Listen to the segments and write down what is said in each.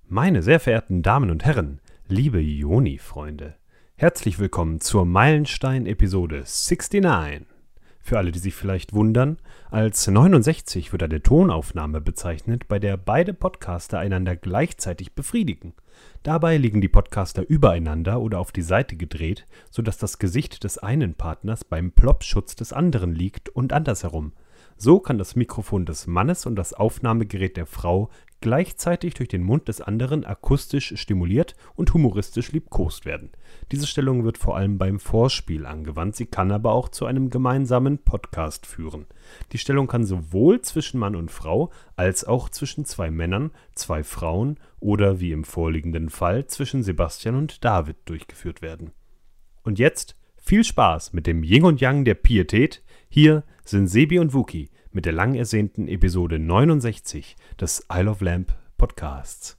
Meine sehr verehrten Damen und Herren, liebe Joni-Freunde, herzlich willkommen zur Meilenstein-Episode 69. Für alle, die sich vielleicht wundern, als 69 wird eine Tonaufnahme bezeichnet, bei der beide Podcaster einander gleichzeitig befriedigen. Dabei liegen die Podcaster übereinander oder auf die Seite gedreht, sodass das Gesicht des einen Partners beim Plopschutz des anderen liegt und andersherum. So kann das Mikrofon des Mannes und das Aufnahmegerät der Frau gleichzeitig durch den Mund des anderen akustisch stimuliert und humoristisch liebkost werden. Diese Stellung wird vor allem beim Vorspiel angewandt, sie kann aber auch zu einem gemeinsamen Podcast führen. Die Stellung kann sowohl zwischen Mann und Frau als auch zwischen zwei Männern, zwei Frauen oder wie im vorliegenden Fall zwischen Sebastian und David durchgeführt werden. Und jetzt viel Spaß mit dem Yin und Yang der Pietät. Hier sind Sebi und Wookie mit der lang ersehnten Episode 69 des Isle of Lamp Podcasts.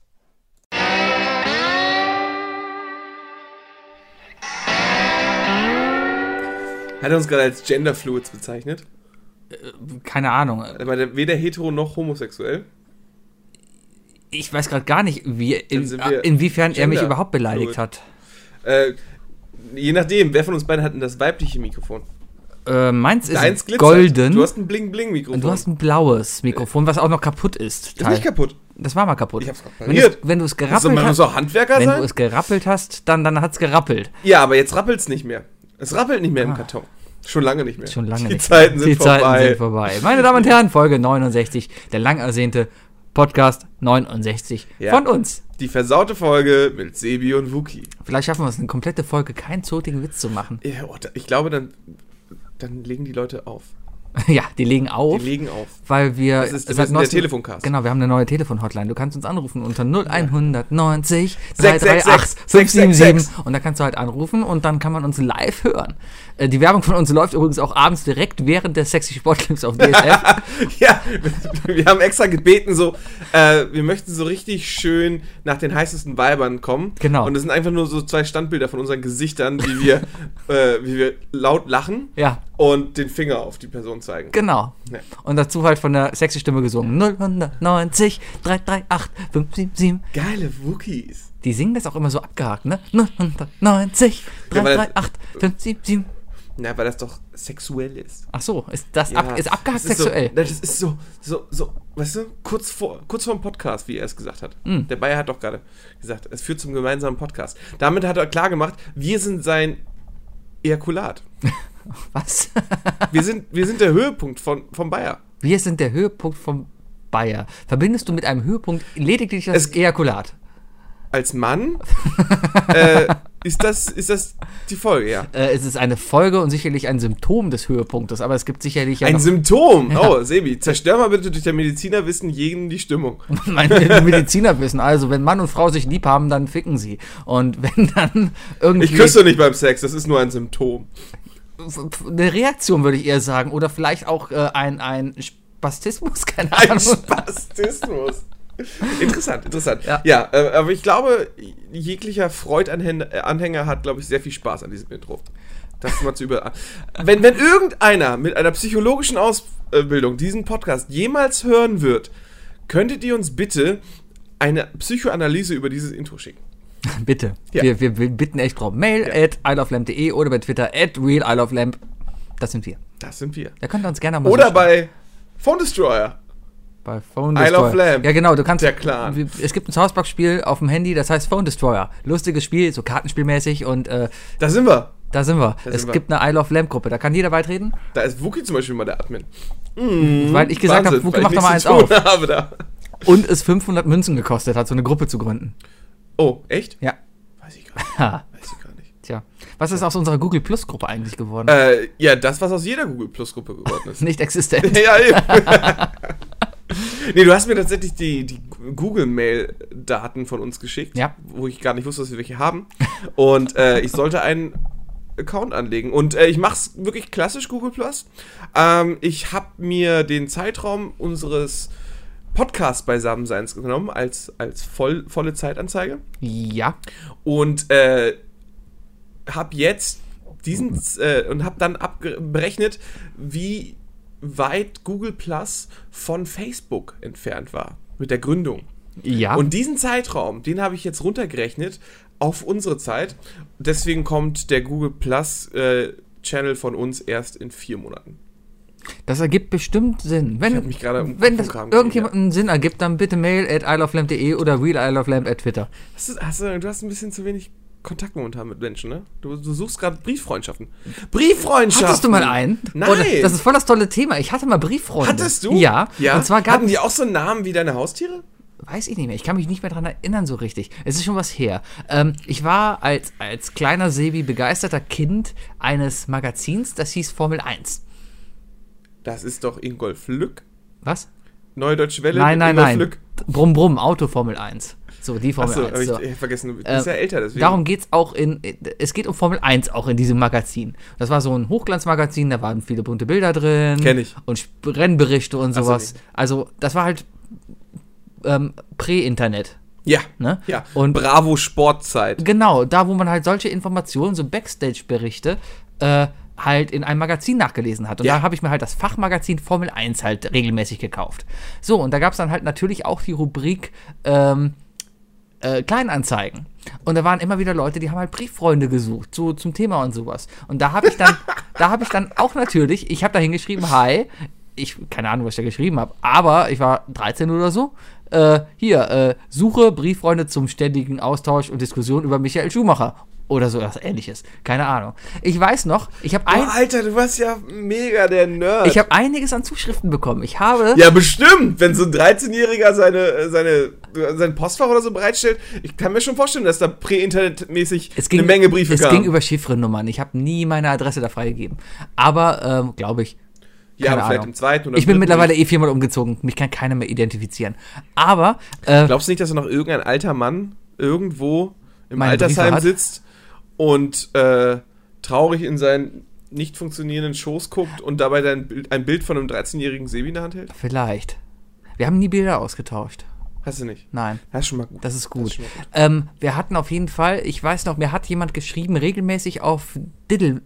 Hat er uns gerade als Genderfluids bezeichnet? Keine Ahnung. Weder hetero noch homosexuell. Ich weiß gerade gar nicht, inwiefern er mich überhaupt beleidigt hat. Je nachdem, wer von uns beiden hat denn das weibliche Mikrofon? Meins ist golden. Du hast ein Bling-Bling-Mikrofon. Und du hast ein blaues Mikrofon, was auch noch kaputt ist. Ist nicht kaputt. Das war mal kaputt. Ich hab's repariert. Wenn du es gerappelt hast. So Handwerker wenn du es gerappelt hast, dann hat's gerappelt. Ja, aber jetzt rappelt's nicht mehr. Es rappelt nicht mehr im Karton. Schon lange nicht mehr. Die Zeiten sind vorbei. Meine Damen und Herren, Folge 69, der lang ersehnte Podcast 69 von uns. Die versaute Folge mit Sebi und Wookie. Vielleicht schaffen wir es, eine komplette Folge keinen zotigen Witz zu machen. Ja, ich glaube, dann legen die Leute auf. Ja, die legen auf. Weil wir... Das ist der Telefoncast. Genau, wir haben eine neue Telefon-Hotline. Du kannst uns anrufen unter 0190 338 577 und da kannst du halt anrufen und dann kann man uns live hören. Die Werbung von uns läuft übrigens auch abends direkt während der Sexy Sportclips auf DSF. Ja, wir haben extra gebeten, wir möchten so richtig schön nach den heißesten Weibern kommen. Genau. Und das sind einfach nur so zwei Standbilder von unseren Gesichtern, wie wir laut lachen. Ja. Und den Finger auf die Person zeigen. Genau. Ja. Und dazu halt von der sexy Stimme gesungen. 0190 338 577. Geile Wookies. Die singen das auch immer so abgehakt, ne? 990 338 577. Na, weil das doch sexuell ist. Ach so, ist abgehakt sexuell? Das ist so, weißt du, kurz vorm Podcast, wie er es gesagt hat. Der Bayer hat doch gerade gesagt, es führt zum gemeinsamen Podcast. Damit hat er klar gemacht, wir sind sein Ejakulat. Was? wir sind der Höhepunkt vom Bayer. Wir sind der Höhepunkt vom Bayer. Verbindest du mit einem Höhepunkt lediglich das Ejakulat? Als Mann ist das die Folge, ja. Es ist eine Folge und sicherlich ein Symptom des Höhepunktes, aber es gibt sicherlich ein Symptom? Ja. Oh, Sebi, zerstör mal bitte durch dein Medizinerwissen jeden die Stimmung. Mein Medizinerwissen, also wenn Mann und Frau sich lieb haben, dann ficken sie. Und wenn dann irgendwie... Ich küsse nicht beim Sex, das ist nur ein Symptom. Eine Reaktion, würde ich eher sagen. Oder vielleicht auch ein Spastismus, keine Ahnung. Ein Spastismus. Interessant. Ja, aber ich glaube, jeglicher Freud-Anhänger hat, glaube ich, sehr viel Spaß an diesem Intro. Das ist mal zu über. Wenn irgendeiner mit einer psychologischen Ausbildung diesen Podcast jemals hören wird, könntet ihr uns bitte eine Psychoanalyse über dieses Intro schicken? Bitte. Ja. Wir bitten echt drauf. Mail at isleoflamp.de oder bei Twitter at realisleoflamp. Das sind wir. Da könnt ihr uns gerne mal oder bei Phone Destroyer. Bei Phone Destroyer. Isle of Lamp. Ja, genau. Du kannst. Der Clan. Es gibt ein South Park-Spiel auf dem Handy, das heißt Phone Destroyer. Lustiges Spiel, so kartenspielmäßig und. Da sind wir. Es gibt eine Isle of Lamp-Gruppe, da kann jeder beitreten. Da ist Wookie zum Beispiel mal der Admin. Weil ich gesagt habe, Wookie macht doch mal eins auf. Und es 500 Münzen gekostet hat, so eine Gruppe zu gründen. Oh, echt? Ja. Weiß ich gar nicht. Tja. Was ist aus unserer Google Plus Gruppe eigentlich geworden? Ja, das, was aus jeder Google Plus Gruppe geworden ist. Nicht existent. Ja, eben. Nee, du hast mir tatsächlich die Google-Mail-Daten von uns geschickt, ja. Wo ich gar nicht wusste, dass wir welche haben. Und ich sollte einen Account anlegen. Und ich mach's wirklich klassisch Google Plus. Ich habe mir den Zeitraum unseres Podcast Beisammenseins genommen als volle Zeitanzeige. Ja. Und habe jetzt und habe dann berechnet, wie weit Google Plus von Facebook entfernt war mit der Gründung. Ja. Und diesen Zeitraum, den habe ich jetzt runtergerechnet auf unsere Zeit. Deswegen kommt der Google Plus Channel von uns erst in 4 Monaten. Das ergibt bestimmt Sinn. Ich hab mich gerade wenn das irgendjemandem Sinn ergibt, dann bitte mail at isleoflamp.de oder realisleoflamp@Twitter. Du hast ein bisschen zu wenig Kontakt momentan mit Menschen, ne? Du suchst gerade Brieffreundschaften. Brieffreundschaften! Hattest du mal einen? Nein! Das ist voll das tolle Thema. Ich hatte mal Brieffreunde. Hattest du? Ja. Und zwar hatten die auch so einen Namen wie deine Haustiere? Weiß ich nicht mehr. Ich kann mich nicht mehr daran erinnern so richtig. Es ist schon was her. Ich war als kleiner Sebi begeisterter Kind eines Magazins, das hieß Formel 1. Das ist doch Ingolf Lück. Was? Neue Deutsche Welle? Nein. Lück. Brumm, Brumm, Auto Formel 1. So, die Formel 1. Achso, ich vergessen, du bist ja älter, deswegen. Darum geht's auch es geht um Formel 1 auch in diesem Magazin. Das war so ein Hochglanzmagazin, da waren viele bunte Bilder drin. Kenn ich. Und Rennberichte und sowas. Nee. Also, das war halt Prä-Internet. Ja, ne? Ja. Und Bravo Sportzeit. Genau, da wo man halt solche Informationen, so Backstage-Berichte, halt in einem Magazin nachgelesen hat. Und da habe ich mir halt das Fachmagazin Formel 1 halt regelmäßig gekauft. So, und da gab es dann halt natürlich auch die Rubrik Kleinanzeigen. Und da waren immer wieder Leute, die haben halt Brieffreunde gesucht, so zum Thema und sowas. Und da habe ich dann auch natürlich, ich habe da hingeschrieben, hi, keine Ahnung, was ich da geschrieben habe, aber ich war 13 oder so, suche Brieffreunde zum ständigen Austausch und Diskussion über Michael Schumacher. Oder so was Ähnliches. Keine Ahnung. Ich weiß noch, Alter, du warst ja mega der Nerd. Ich habe einiges an Zuschriften bekommen. Ja, bestimmt. Wenn so ein 13-Jähriger sein Postfach oder so bereitstellt, ich kann mir schon vorstellen, dass da prä-internetmäßig eine Menge Briefe kamen. Es ging über Chiffrennummern. Ich habe nie meine Adresse da freigegeben. Aber, glaube ich. Ja, aber vielleicht im zweiten oder ich bin mittlerweile 4-mal umgezogen. Mich kann keiner mehr identifizieren. Aber. Glaubst du nicht, dass da noch irgendein alter Mann irgendwo im Altersheim sitzt und traurig in seinen nicht funktionierenden Schoß guckt und dabei ein Bild von einem 13-jährigen Sebi in der Hand hält? Vielleicht. Wir haben nie Bilder ausgetauscht. Hast du nicht? Nein. Das ist schon mal gut. Das ist gut. Wir hatten auf jeden Fall, ich weiß noch, mir hat jemand geschrieben, regelmäßig auf Diddle.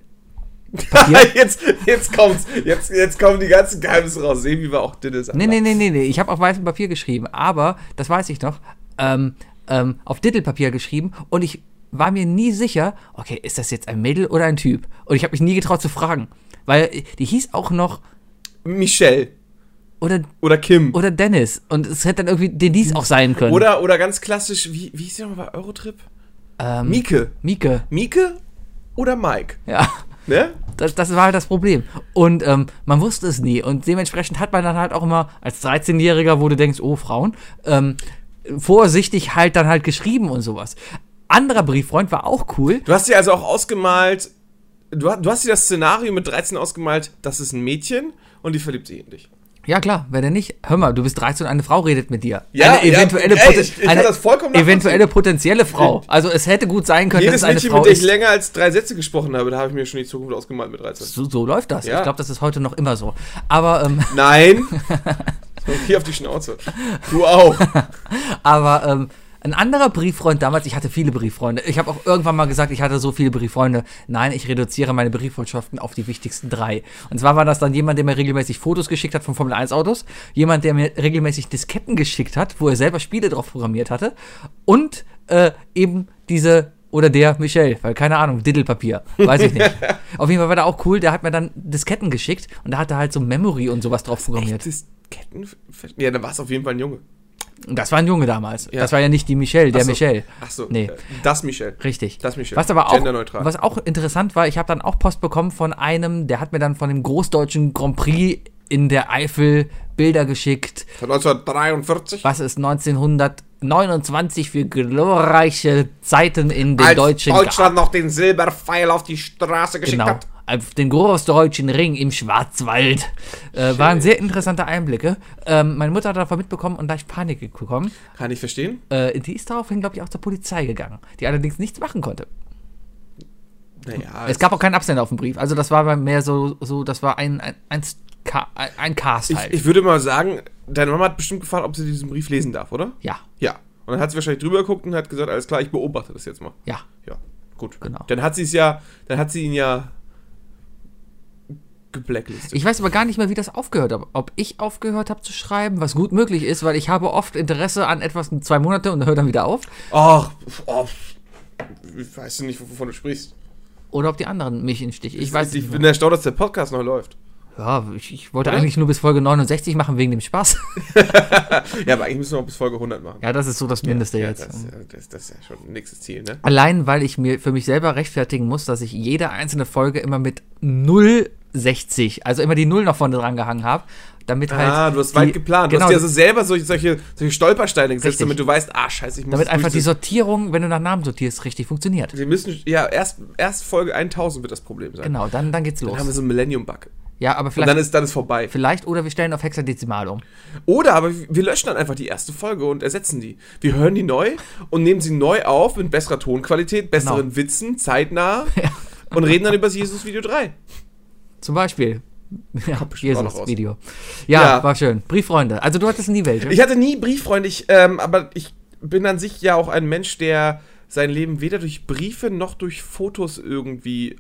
jetzt kommt's. Jetzt kommen die ganzen Geheimnisse raus. Sebi war auch Diddles. Nee. Ich habe auf weißem Papier geschrieben, aber, das weiß ich noch, auf Diddle-Papier geschrieben und ich war mir nie sicher, okay, ist das jetzt ein Mädel oder ein Typ? Und ich habe mich nie getraut zu fragen, weil die hieß auch noch Michelle. Oder Kim. Oder Dennis. Und es hätte dann irgendwie Denise auch sein können. Oder ganz klassisch, wie hieß der nochmal bei Eurotrip? Mieke. Mieke oder Mike? Ja. Ne? Das war halt das Problem. Und man wusste es nie. Und dementsprechend hat man dann halt auch immer als 13-Jähriger, wo du denkst, oh, Frauen, vorsichtig halt dann halt geschrieben und sowas. Anderer Brieffreund war auch cool. Du hast dir also auch ausgemalt, du hast dir das Szenario mit 13 ausgemalt, das ist ein Mädchen und die verliebt sich in dich. Ja klar, wer denn nicht? Hör mal, du bist 13 und eine Frau redet mit dir. Ja, eine eventuelle, eventuelle potenzielle Frau. Also es hätte gut sein können, dass es eine Mädchen, Frau ist. mit der ich länger als 3 Sätze gesprochen habe, da habe ich mir schon die Zukunft ausgemalt mit 13. So läuft das. Ja. Ich glaube, das ist heute noch immer so. Aber nein. Hier auf die Schnauze. Du auch. Aber ein anderer Brieffreund damals, ich hatte viele Brieffreunde. Ich habe auch irgendwann mal gesagt, ich hatte so viele Brieffreunde. Nein, ich reduziere meine Brieffreundschaften auf die wichtigsten 3. Und zwar war das dann jemand, der mir regelmäßig Fotos geschickt hat von Formel-1-Autos, jemand, der mir regelmäßig Disketten geschickt hat, wo er selber Spiele drauf programmiert hatte und eben diese oder der Michel, weil keine Ahnung, Diddle-Papier, weiß ich nicht. Auf jeden Fall war der auch cool, der hat mir dann Disketten geschickt und da hat er halt so Memory und sowas drauf programmiert. Disketten? Ja, da war es auf jeden Fall ein Junge. Das war ein Junge damals. Ja. Das war ja nicht die Michelle, der Michel. Ach so, nee. Das Michel. Richtig. Das Michel. Was aber auch, was auch interessant war, ich habe dann auch Post bekommen von einem, der hat mir dann von dem Großdeutschen Grand Prix in der Eifel Bilder geschickt. Von 1943? Was ist 1929 für glorreiche Zeiten in den deutschen... Als Deutschland noch den Silberpfeil auf die Straße geschickt hat. Auf den großdeutschen Ring im Schwarzwald. Waren sehr interessante Einblicke. Meine Mutter hat davon mitbekommen und leicht Panik bekommen. Kann ich verstehen. Die ist daraufhin, glaube ich, auch zur Polizei gegangen, die allerdings nichts machen konnte. Naja, es gab auch keinen Absender auf dem Brief. Also das war mehr so das war ein Cast halt. Ich würde mal sagen, deine Mama hat bestimmt gefragt, ob sie diesen Brief lesen darf, oder? Ja. Ja. Und dann hat sie wahrscheinlich drüber geguckt und hat gesagt, alles klar, ich beobachte das jetzt mal. Ja. Ja, gut. Genau. Dann hat sie ihn ja geblacklistet. Ich weiß aber gar nicht mehr, wie das aufgehört hat. Ob ich aufgehört habe zu schreiben, was gut möglich ist, weil ich habe oft Interesse an etwas 2 Monate und höre dann wieder auf. Ach, ich weiß nicht, wovon du sprichst. Oder ob die anderen mich in den Stich. Ich weiß nicht. Ich bin erstaunt, dass der Podcast noch läuft. Ja, ich wollte eigentlich nur bis Folge 69 machen, wegen dem Spaß. Ja, aber eigentlich müssen wir auch bis Folge 100 machen. Ja, das ist so das Mindeste jetzt. Das ist ja schon ein nächstes Ziel, ne? Allein, weil ich mir für mich selber rechtfertigen muss, dass ich jede einzelne Folge immer mit 0,60, also immer die 0 noch vorne dran gehangen habe, damit halt... du hast weit geplant. Genau, du hast dir also selber solche Stolpersteine gesetzt, richtig. damit du weißt, scheiße, ich muss damit einfach die Sortierung, wenn du nach Namen sortierst, richtig funktioniert. Wir müssen, erst Folge 1000 wird das Problem sein. Genau, dann geht's los. Dann haben wir so einen Millennium-Bug. Ja, aber vielleicht... Und dann ist vorbei. Vielleicht, oder wir stellen auf Hexadezimal um. Oder aber wir löschen dann einfach die erste Folge und ersetzen die. Wir hören die neu und nehmen sie neu auf mit besserer Tonqualität, besseren Witzen, zeitnah und reden dann über das Jesus-Video 3. Zum Beispiel. Ja, Jesus Video. Ja, war schön. Brieffreunde. Also du hattest nie welche? Ich hatte nie Brieffreunde, aber ich bin an sich ja auch ein Mensch, der sein Leben weder durch Briefe noch durch Fotos irgendwie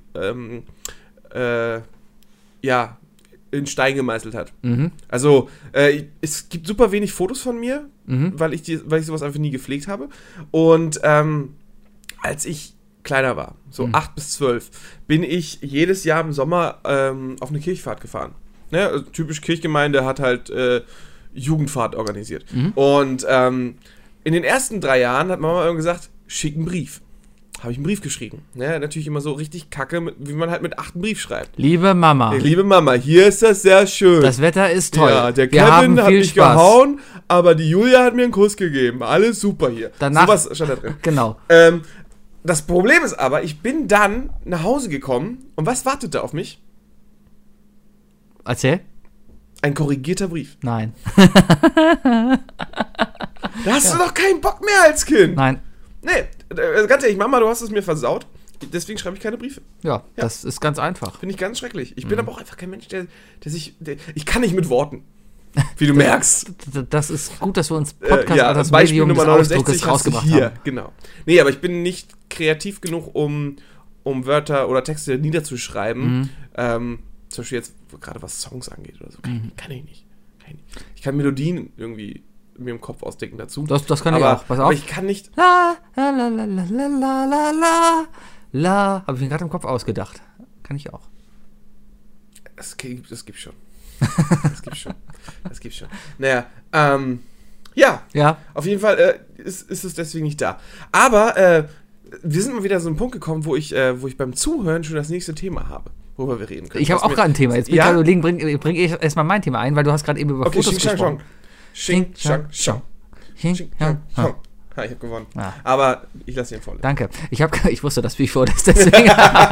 in Stein gemeißelt hat. Mhm. Also, es gibt super wenig Fotos von mir, weil ich sowas einfach nie gepflegt habe. Und als ich kleiner war, so 8 bis 12, bin ich jedes Jahr im Sommer auf eine Kirchfahrt gefahren. Ne? Also, typisch Kirchgemeinde hat halt Jugendfahrt organisiert. Und in den ersten 3 Jahren hat Mama irgendwann gesagt, schick einen Brief. Habe ich einen Brief geschrieben. Ne? Natürlich immer so richtig kacke, wie man halt mit 8 einen Brief schreibt. Liebe Mama. Liebe Mama, hier ist das sehr schön. Das Wetter ist toll. Ja, der Kevin hat mich gehauen, aber die Julia hat mir einen Kuss gegeben. Alles super hier. Danach, sowas stand da drin. Genau. Das Problem ist aber, ich bin dann nach Hause gekommen und was wartete auf mich? Erzähl. Ein korrigierter Brief. Nein. Da hast du doch keinen Bock mehr als Kind. Nein. Nee, ganz ehrlich, Mama, du hast es mir versaut. Deswegen schreibe ich keine Briefe. Ja, das ist ganz einfach. Finde ich ganz schrecklich. Ich bin aber auch einfach kein Mensch, ich kann nicht mit Worten. Wie du merkst. Das ist gut, dass wir uns Podcast als Beispiel Nummer 69 rausgebracht hier, haben. Genau. Nee, aber ich bin nicht kreativ genug, um Wörter oder Texte niederzuschreiben. Zum Beispiel jetzt, gerade was Songs angeht oder so. Kann ich nicht. Ich kann Melodien irgendwie mir im Kopf ausdenken dazu. Das kann ich auch. Pass auf. Aber ich kann nicht... La, la, la, la, la, la, la, la, la. Habe ich mir gerade im Kopf ausgedacht. Kann ich auch. Das gibt's schon. Das gibt's schon. Naja, ja. Auf jeden Fall ist es deswegen nicht da. Aber wir sind mal wieder an so einen Punkt gekommen, wo ich beim Zuhören schon das nächste Thema habe, worüber wir reden können. Ich habe auch gerade ein Thema. Jetzt bring ich erstmal mein Thema ein, weil du hast gerade eben über Fotos gesprochen. Xing Shang Shang. Ich habe gewonnen. Ah. Aber ich lasse ihn voll. Danke. Ich wusste, dass du vorlässt, deswegen.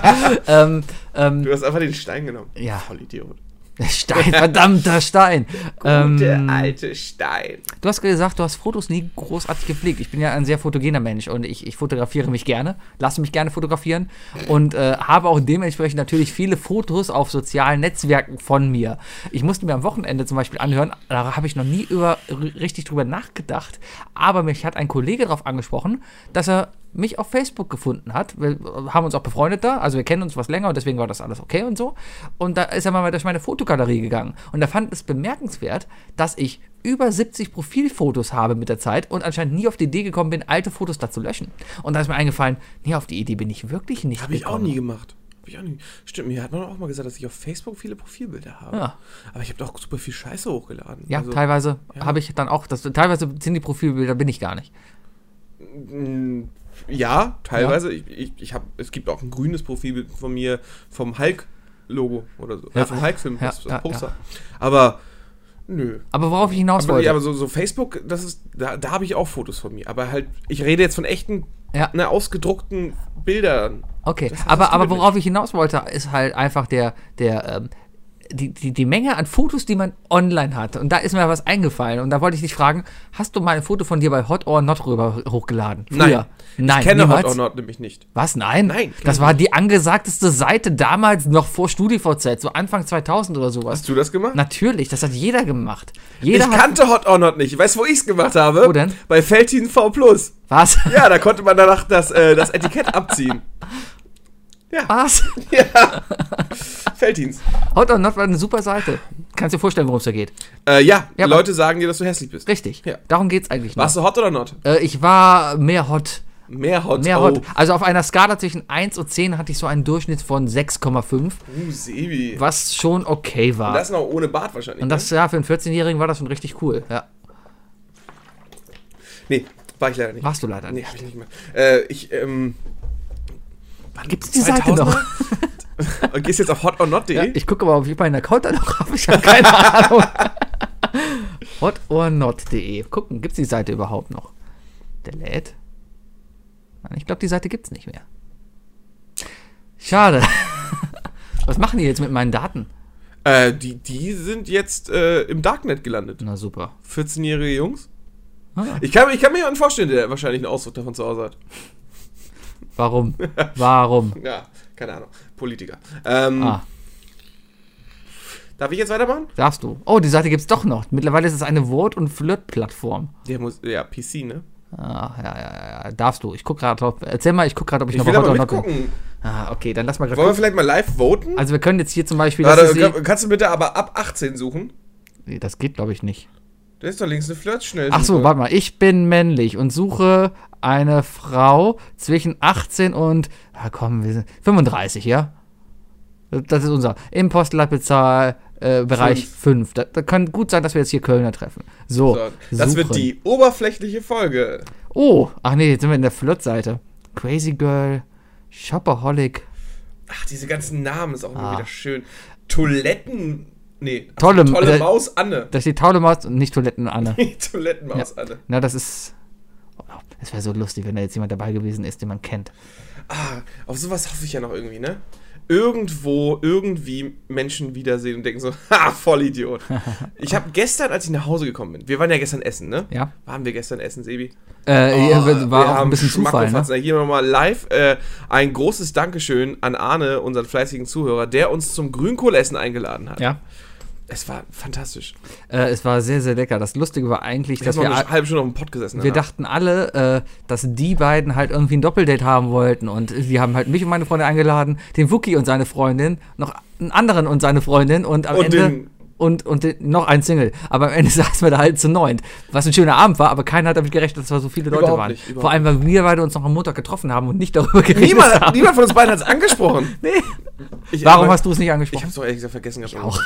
Du hast einfach den Stein genommen. Ja. Vollidiot. Stein, verdammter Stein. Gute alte Stein. Du hast gesagt, du hast Fotos nie großartig gepflegt. Ich bin ja ein sehr fotogener Mensch und ich fotografiere mich gerne, lasse mich gerne fotografieren und habe auch dementsprechend natürlich viele Fotos auf sozialen Netzwerken von mir. Ich musste mir am Wochenende zum Beispiel anhören, da habe ich noch nie richtig drüber nachgedacht, aber mich hat ein Kollege darauf angesprochen, dass er mich auf Facebook gefunden hat. Wir haben uns auch befreundet da, also wir kennen uns was länger und deswegen war das alles okay und so. Und da ist er mal durch meine Fotogalerie gegangen. Und er fand es bemerkenswert, dass ich über 70 Profilfotos habe mit der Zeit und anscheinend nie auf die Idee gekommen bin, alte Fotos da zu löschen. Und da ist mir eingefallen, nee, auf die Idee bin ich wirklich nicht gekommen. Habe ich auch nie gemacht. Stimmt, mir hat man auch mal gesagt, dass ich auf Facebook viele Profilbilder habe. Ja. Aber ich habe doch super viel Scheiße hochgeladen. Ja, also, teilweise habe ich dann auch, teilweise sind die Profilbilder, bin ich gar nicht. Ja, teilweise. Ja. Es gibt auch ein grünes Profilbild von mir vom Hulk-Logo oder so. Ja. Vom Hulk-Film, das Poster. Ja. Aber, nö. Aber worauf ich hinaus wollte. Ja, aber so Facebook, da habe ich auch Fotos von mir. Aber halt, ich rede jetzt von echten, ausgedruckten Bildern. Okay, aber worauf ich hinaus wollte, ist halt einfach die Menge an Fotos, die man online hat. Und da ist mir was eingefallen. Und da wollte ich dich fragen, hast du mal ein Foto von dir bei Hot or Not hochgeladen? Früher? Nein. Ich kenne niemals? Hot or Not nämlich nicht. Was? Nein? Nein. Das war die angesagteste Seite damals noch vor StudiVZ, so Anfang 2000 oder sowas. Hast du das gemacht? Natürlich, das hat jeder gemacht. Ich kannte Hot or Not nicht. Weißt du, wo ich es gemacht habe? Wo denn? Bei Feltin V+. Was? Ja, da konnte man danach das Etikett abziehen. Ja. Was? Ja. Felddienst. Hot or Not war eine super Seite. Kannst dir vorstellen, worum es da geht? Ja, Leute sagen dir, dass du hässlich bist. Richtig. Ja. Darum geht's eigentlich noch. Warst du hot oder not? Ich war mehr hot. Mehr hot. Mehr hot. Also auf einer Skala zwischen 1 und 10 hatte ich so einen Durchschnitt von 6,5. Sebi. Was schon okay war. Und das noch ohne Bart wahrscheinlich. Und das, ja, für einen 14-Jährigen war das schon richtig cool, ja. Nee, war ich leider nicht. Warst du leider nicht. Nee, hab ich nicht mehr. Wann gibt's die Seite noch? Gehst jetzt auf hotornot.de? Ja, ich gucke mal, ob ich meinen Account da noch habe. Ich habe keine Ahnung. hotornot.de. Gucken, gibt's die Seite überhaupt noch? Der lädt. Nein, ich glaube, die Seite gibt's nicht mehr. Schade. Was machen die jetzt mit meinen Daten? Die sind jetzt im Darknet gelandet. Na super. 14-jährige Jungs. Ah. Ich kann mir jemanden vorstellen, der wahrscheinlich einen Ausdruck davon zu Hause hat. Warum? Warum? Ja, keine Ahnung. Politiker. Darf ich jetzt weitermachen? Darfst du. Oh, die Seite gibt's doch noch. Mittlerweile ist es eine Vote- und Flirt-Plattform. Ja, PC, ne? Ja. Darfst du. Ich guck gerade drauf. Erzähl mal, ich guck gerade, ob ich noch will aber Hot or Not mitgucken. Okay, dann lass mal gerade Wollen wir vielleicht mal live voten? Also wir können jetzt hier zum Beispiel... Kannst du bitte aber ab 18 suchen? Nee, das geht, glaube ich, nicht. Da ist doch links eine Flirtschnell. Ach so, warte mal. Ich bin männlich und suche eine Frau zwischen 18 und... wir sind 35, ja? Das ist unser Impostleitbezahl Bereich 5. Da kann gut sein, dass wir jetzt hier Kölner treffen. So, das wird die oberflächliche Folge. Oh, ach nee, jetzt sind wir in der Flirt-Seite. Crazy Girl, Shopaholic. Ach, diese ganzen Namen ist auch immer wieder schön. Toiletten... Nee, tolle Maus Anne. Das ist die tolle Maus und nicht Toiletten Anne. Toilettenmaus Anne. Na, das ist... Es wäre so lustig, wenn da jetzt jemand dabei gewesen ist, den man kennt. Auf sowas hoffe ich ja noch irgendwie, ne? Irgendwie Menschen wiedersehen und denken so, Vollidiot. Ich habe gestern, als ich nach Hause gekommen bin, wir waren ja gestern essen, ne? Ja. Waren wir gestern essen, Sebi? War auch ein bisschen Zufall, ne? Hier nochmal live ein großes Dankeschön an Arne, unseren fleißigen Zuhörer, der uns zum Grünkohlessen eingeladen hat. Ja. Es war fantastisch. Es war sehr, sehr lecker. Das Lustige war eigentlich, dass wir eine halbe Stunde auf dem Pott gesessen haben. Wir dachten alle, dass die beiden halt irgendwie ein Doppeldate haben wollten. Und die haben halt mich und meine Freundin eingeladen, den Wookie und seine Freundin, noch einen anderen und seine Freundin und am Ende... Und noch ein Single. Aber am Ende saßen wir da halt zu 9. Was ein schöner Abend war, aber keiner hat damit gerechnet, dass da so viele Leute waren. Vor allem, weil wir beide uns noch am Montag getroffen haben und nicht darüber geredet haben. Niemand von uns beiden hat es angesprochen. Nee. Warum hast du es nicht angesprochen? Ich hab's doch ehrlich gesagt vergessen. Ich auch.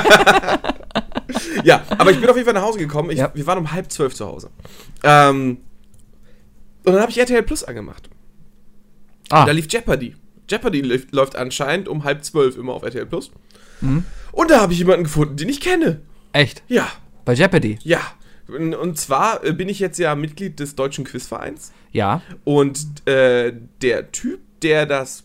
Ja, aber ich bin auf jeden Fall nach Hause gekommen. Wir waren um 11:30 zu Hause. Und dann habe ich RTL Plus angemacht. Und da lief Jeopardy. Jeopardy läuft anscheinend um 11:30 immer auf RTL Plus. Mhm. Und da habe ich jemanden gefunden, den ich kenne. Echt? Ja. Bei Jeopardy? Ja. Und zwar bin ich jetzt ja Mitglied des Deutschen Quizvereins. Ja. Und der Typ, der das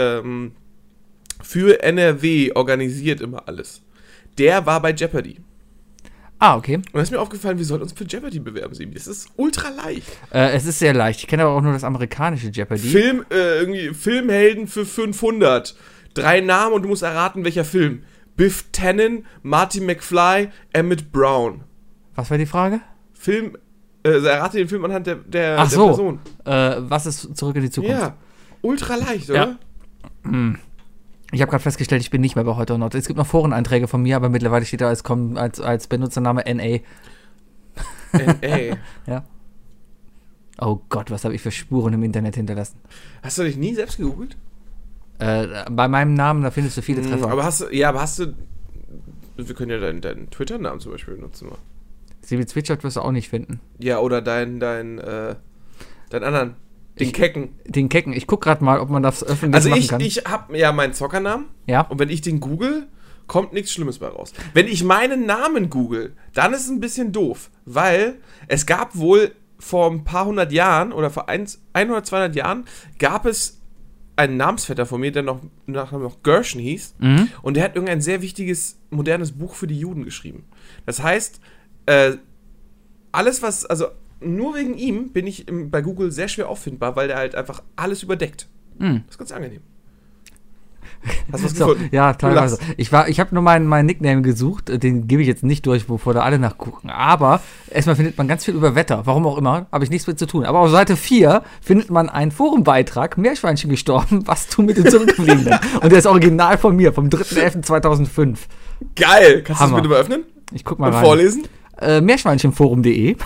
für NRW organisiert immer alles, der war bei Jeopardy. Okay. Und da ist mir aufgefallen, wir sollten uns für Jeopardy bewerben, Sebi. Das ist ultra leicht. Es ist sehr leicht. Ich kenne aber auch nur das amerikanische Jeopardy. Filmhelden für 500. 3 Namen und du musst erraten, welcher Film. Biff Tannen, Marty McFly, Emmett Brown. Was war die Frage? Errate den Film anhand der Person. Was ist Zurück in die Zukunft? Ja, ultra leicht, oder? Ja. Ich habe gerade festgestellt, ich bin nicht mehr bei Hot or Not. Es gibt noch Foreneinträge von mir, aber mittlerweile steht da als Benutzername NA. NA? Ja. Oh Gott, was habe ich für Spuren im Internet hinterlassen? Hast du dich nie selbst gegoogelt? Bei meinem Namen, da findest du viele Treffer. Aber hast du, wir können ja deinen Twitter-Namen zum Beispiel benutzen. Sebi Zwitschert wirst du auch nicht finden. Ja, oder deinen anderen, den Kecken. Den Kecken. Ich guck gerade mal, ob man das öffentlich machen kann. Ich habe ja meinen Zockernamen. Ja. Und wenn ich den google, kommt nichts Schlimmes bei raus. Wenn ich meinen Namen google, dann ist es ein bisschen doof. Weil es gab wohl vor ein paar hundert Jahren oder vor 100, 200 Jahren gab es einen Namensvetter von mir, der noch Gershon hieß. Mhm. Und der hat irgendein sehr wichtiges, modernes Buch für die Juden geschrieben. Das heißt, alles was, also nur wegen ihm bin ich bei Google sehr schwer auffindbar, weil der halt einfach alles überdeckt. Mhm. Das ist ganz angenehm. Hast du was gefunden? Ja, teilweise. Ich habe nur meinen Nickname gesucht, den gebe ich jetzt nicht durch, bevor da alle nachgucken. Aber erstmal findet man ganz viel über Wetter. Warum auch immer, habe ich nichts mit zu tun. Aber auf Seite 4 findet man einen Forumbeitrag, Meerschweinchen gestorben, was tun mit den Zurückgebliebenen? Und der ist original von mir, vom 3.11.2005. Geil! Kannst du es bitte mal öffnen? Ich guck mal und rein. Vorlesen? Meerschweinchenforum.de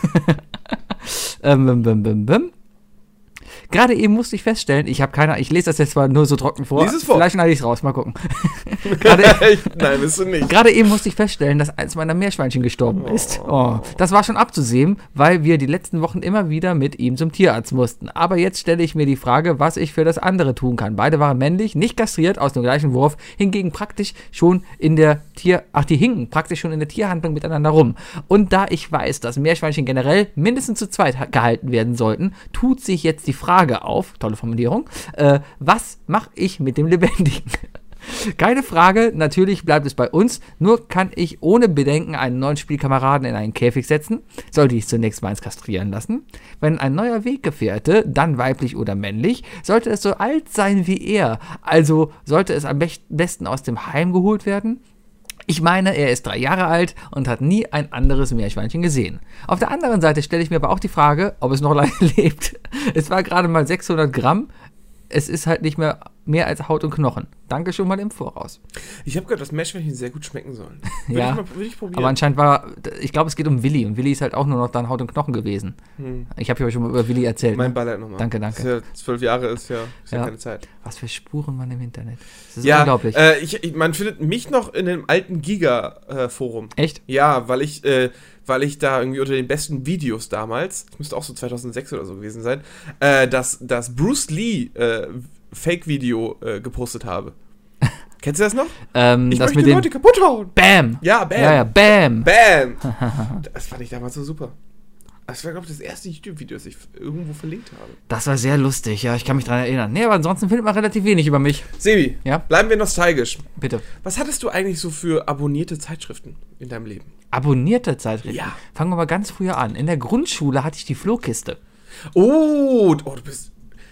Gerade eben musste ich feststellen, ich lese das jetzt mal nur so trocken vor. Lies es vor. Vielleicht schneide ich es raus, mal gucken. Nein, bist du nicht. Gerade eben musste ich feststellen, dass eins meiner Meerschweinchen gestorben ist. Oh. Das war schon abzusehen, weil wir die letzten Wochen immer wieder mit ihm zum Tierarzt mussten. Aber jetzt stelle ich mir die Frage, was ich für das andere tun kann. Beide waren männlich, nicht kastriert, aus dem gleichen Wurf, hingegen praktisch schon in der die hingen praktisch schon in der Tierhandlung miteinander rum. Und da ich weiß, dass Meerschweinchen generell mindestens zu zweit gehalten werden sollten, tut sich jetzt die Frage auf, tolle Formulierung, was mache ich mit dem Lebendigen? Keine Frage, natürlich bleibt es bei uns, nur kann ich ohne Bedenken einen neuen Spielkameraden in einen Käfig setzen, sollte ich zunächst meins kastrieren lassen. Wenn ein neuer Weggefährte, dann weiblich oder männlich, sollte es so alt sein wie er, also sollte es am besten aus dem Heim geholt werden. Ich meine, er ist 3 Jahre alt und hat nie ein anderes Meerschweinchen gesehen. Auf der anderen Seite stelle ich mir aber auch die Frage, ob es noch lange lebt. Es war gerade mal 600 Gramm. Es ist halt nicht mehr als Haut und Knochen. Danke schon mal im Voraus. Ich habe gehört, dass Meerschweinchen sehr gut schmecken sollen. Würde ich probieren. Aber anscheinend ich glaube, es geht um Willi. Und Willi ist halt auch nur noch dann Haut und Knochen gewesen. Ich habe euch schon mal über Willi erzählt. Mein Beileid nochmal. Danke. Das ist ja 12 Jahre ist ja keine Zeit. Was für Spuren waren im Internet. Das ist unglaublich. Man findet mich noch in einem alten Giga-Forum. Echt? Ja, weil ich da irgendwie unter den besten Videos damals, das müsste auch so 2006 oder so gewesen sein, das Bruce Lee Fake-Video gepostet habe. Kennst du das noch? Ich möchte die Leute kaputt hauen. Bam! Ja, Bam! Ja, Bam! Bam! Das fand ich damals so super. Das war, glaube ich, das erste YouTube-Video, das ich irgendwo verlinkt habe. Das war sehr lustig, ja, ich kann mich daran erinnern. Nee, aber ansonsten findet man relativ wenig über mich. Sebi, ja? Bleiben wir nostalgisch. Bitte. Was hattest du eigentlich so für abonnierte Zeitschriften in deinem Leben? Abonnierte Zeitschriften? Ja. Fangen wir mal ganz früher an. In der Grundschule hatte ich die Flohkiste. Oh, du bist...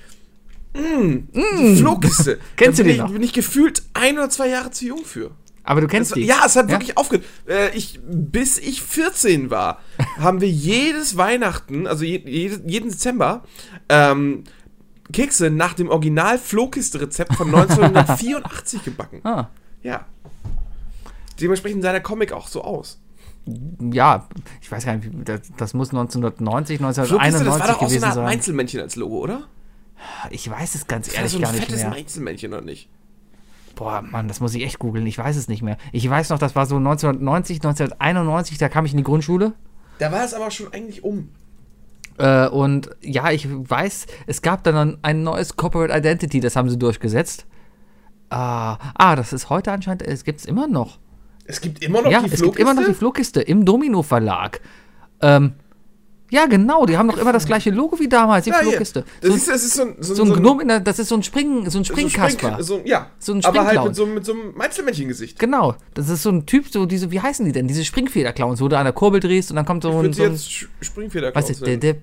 Die Flohkiste. Kennst du die noch? Bin ich gefühlt 1 oder 2 Jahre zu jung für. Aber du kennst die? Ja, es hat wirklich aufgehört. Bis ich 14 war, haben wir jedes Weihnachten, also jeden Dezember, Kekse nach dem Original-Flohkiste-Rezept von 1984 gebacken. Ah. Ja. Dementsprechend sah der Comic auch so aus. Ja, ich weiß gar nicht, das muss 1990, 1991 Flohkiste, das war doch auch gewesen so eine sein. Art Einzelmännchen als Logo, oder? Ich weiß es ganz Das ehrlich war gar so ein nicht fettes mehr. Einzelmännchen, oder nicht? Boah, Mann, das muss ich echt googeln. Ich weiß es nicht mehr. Ich weiß noch, das war so 1990, 1991, da kam ich in die Grundschule. Da war es aber schon eigentlich um. Und ja, ich weiß, es gab dann ein neues Corporate Identity, das haben sie durchgesetzt. Das ist heute anscheinend, es gibt es immer noch. Es gibt immer noch die Flohkiste? Ja, es gibt immer noch die Flohkiste im Domino Verlag. Ja, genau, die haben doch immer das gleiche Logo wie damals, die Flohkiste. Das ist so ein Gnome, das ist so ein Springkasper. So ein Springclown. aber halt mit so einem Einzelmännchen-Gesicht. Genau, das ist so ein Typ, so diese, wie heißen die denn? Diese Springfeder-Clowns, wo du an der Kurbel drehst und dann kommt so ein... Ich würde jetzt Springfeder-Clowns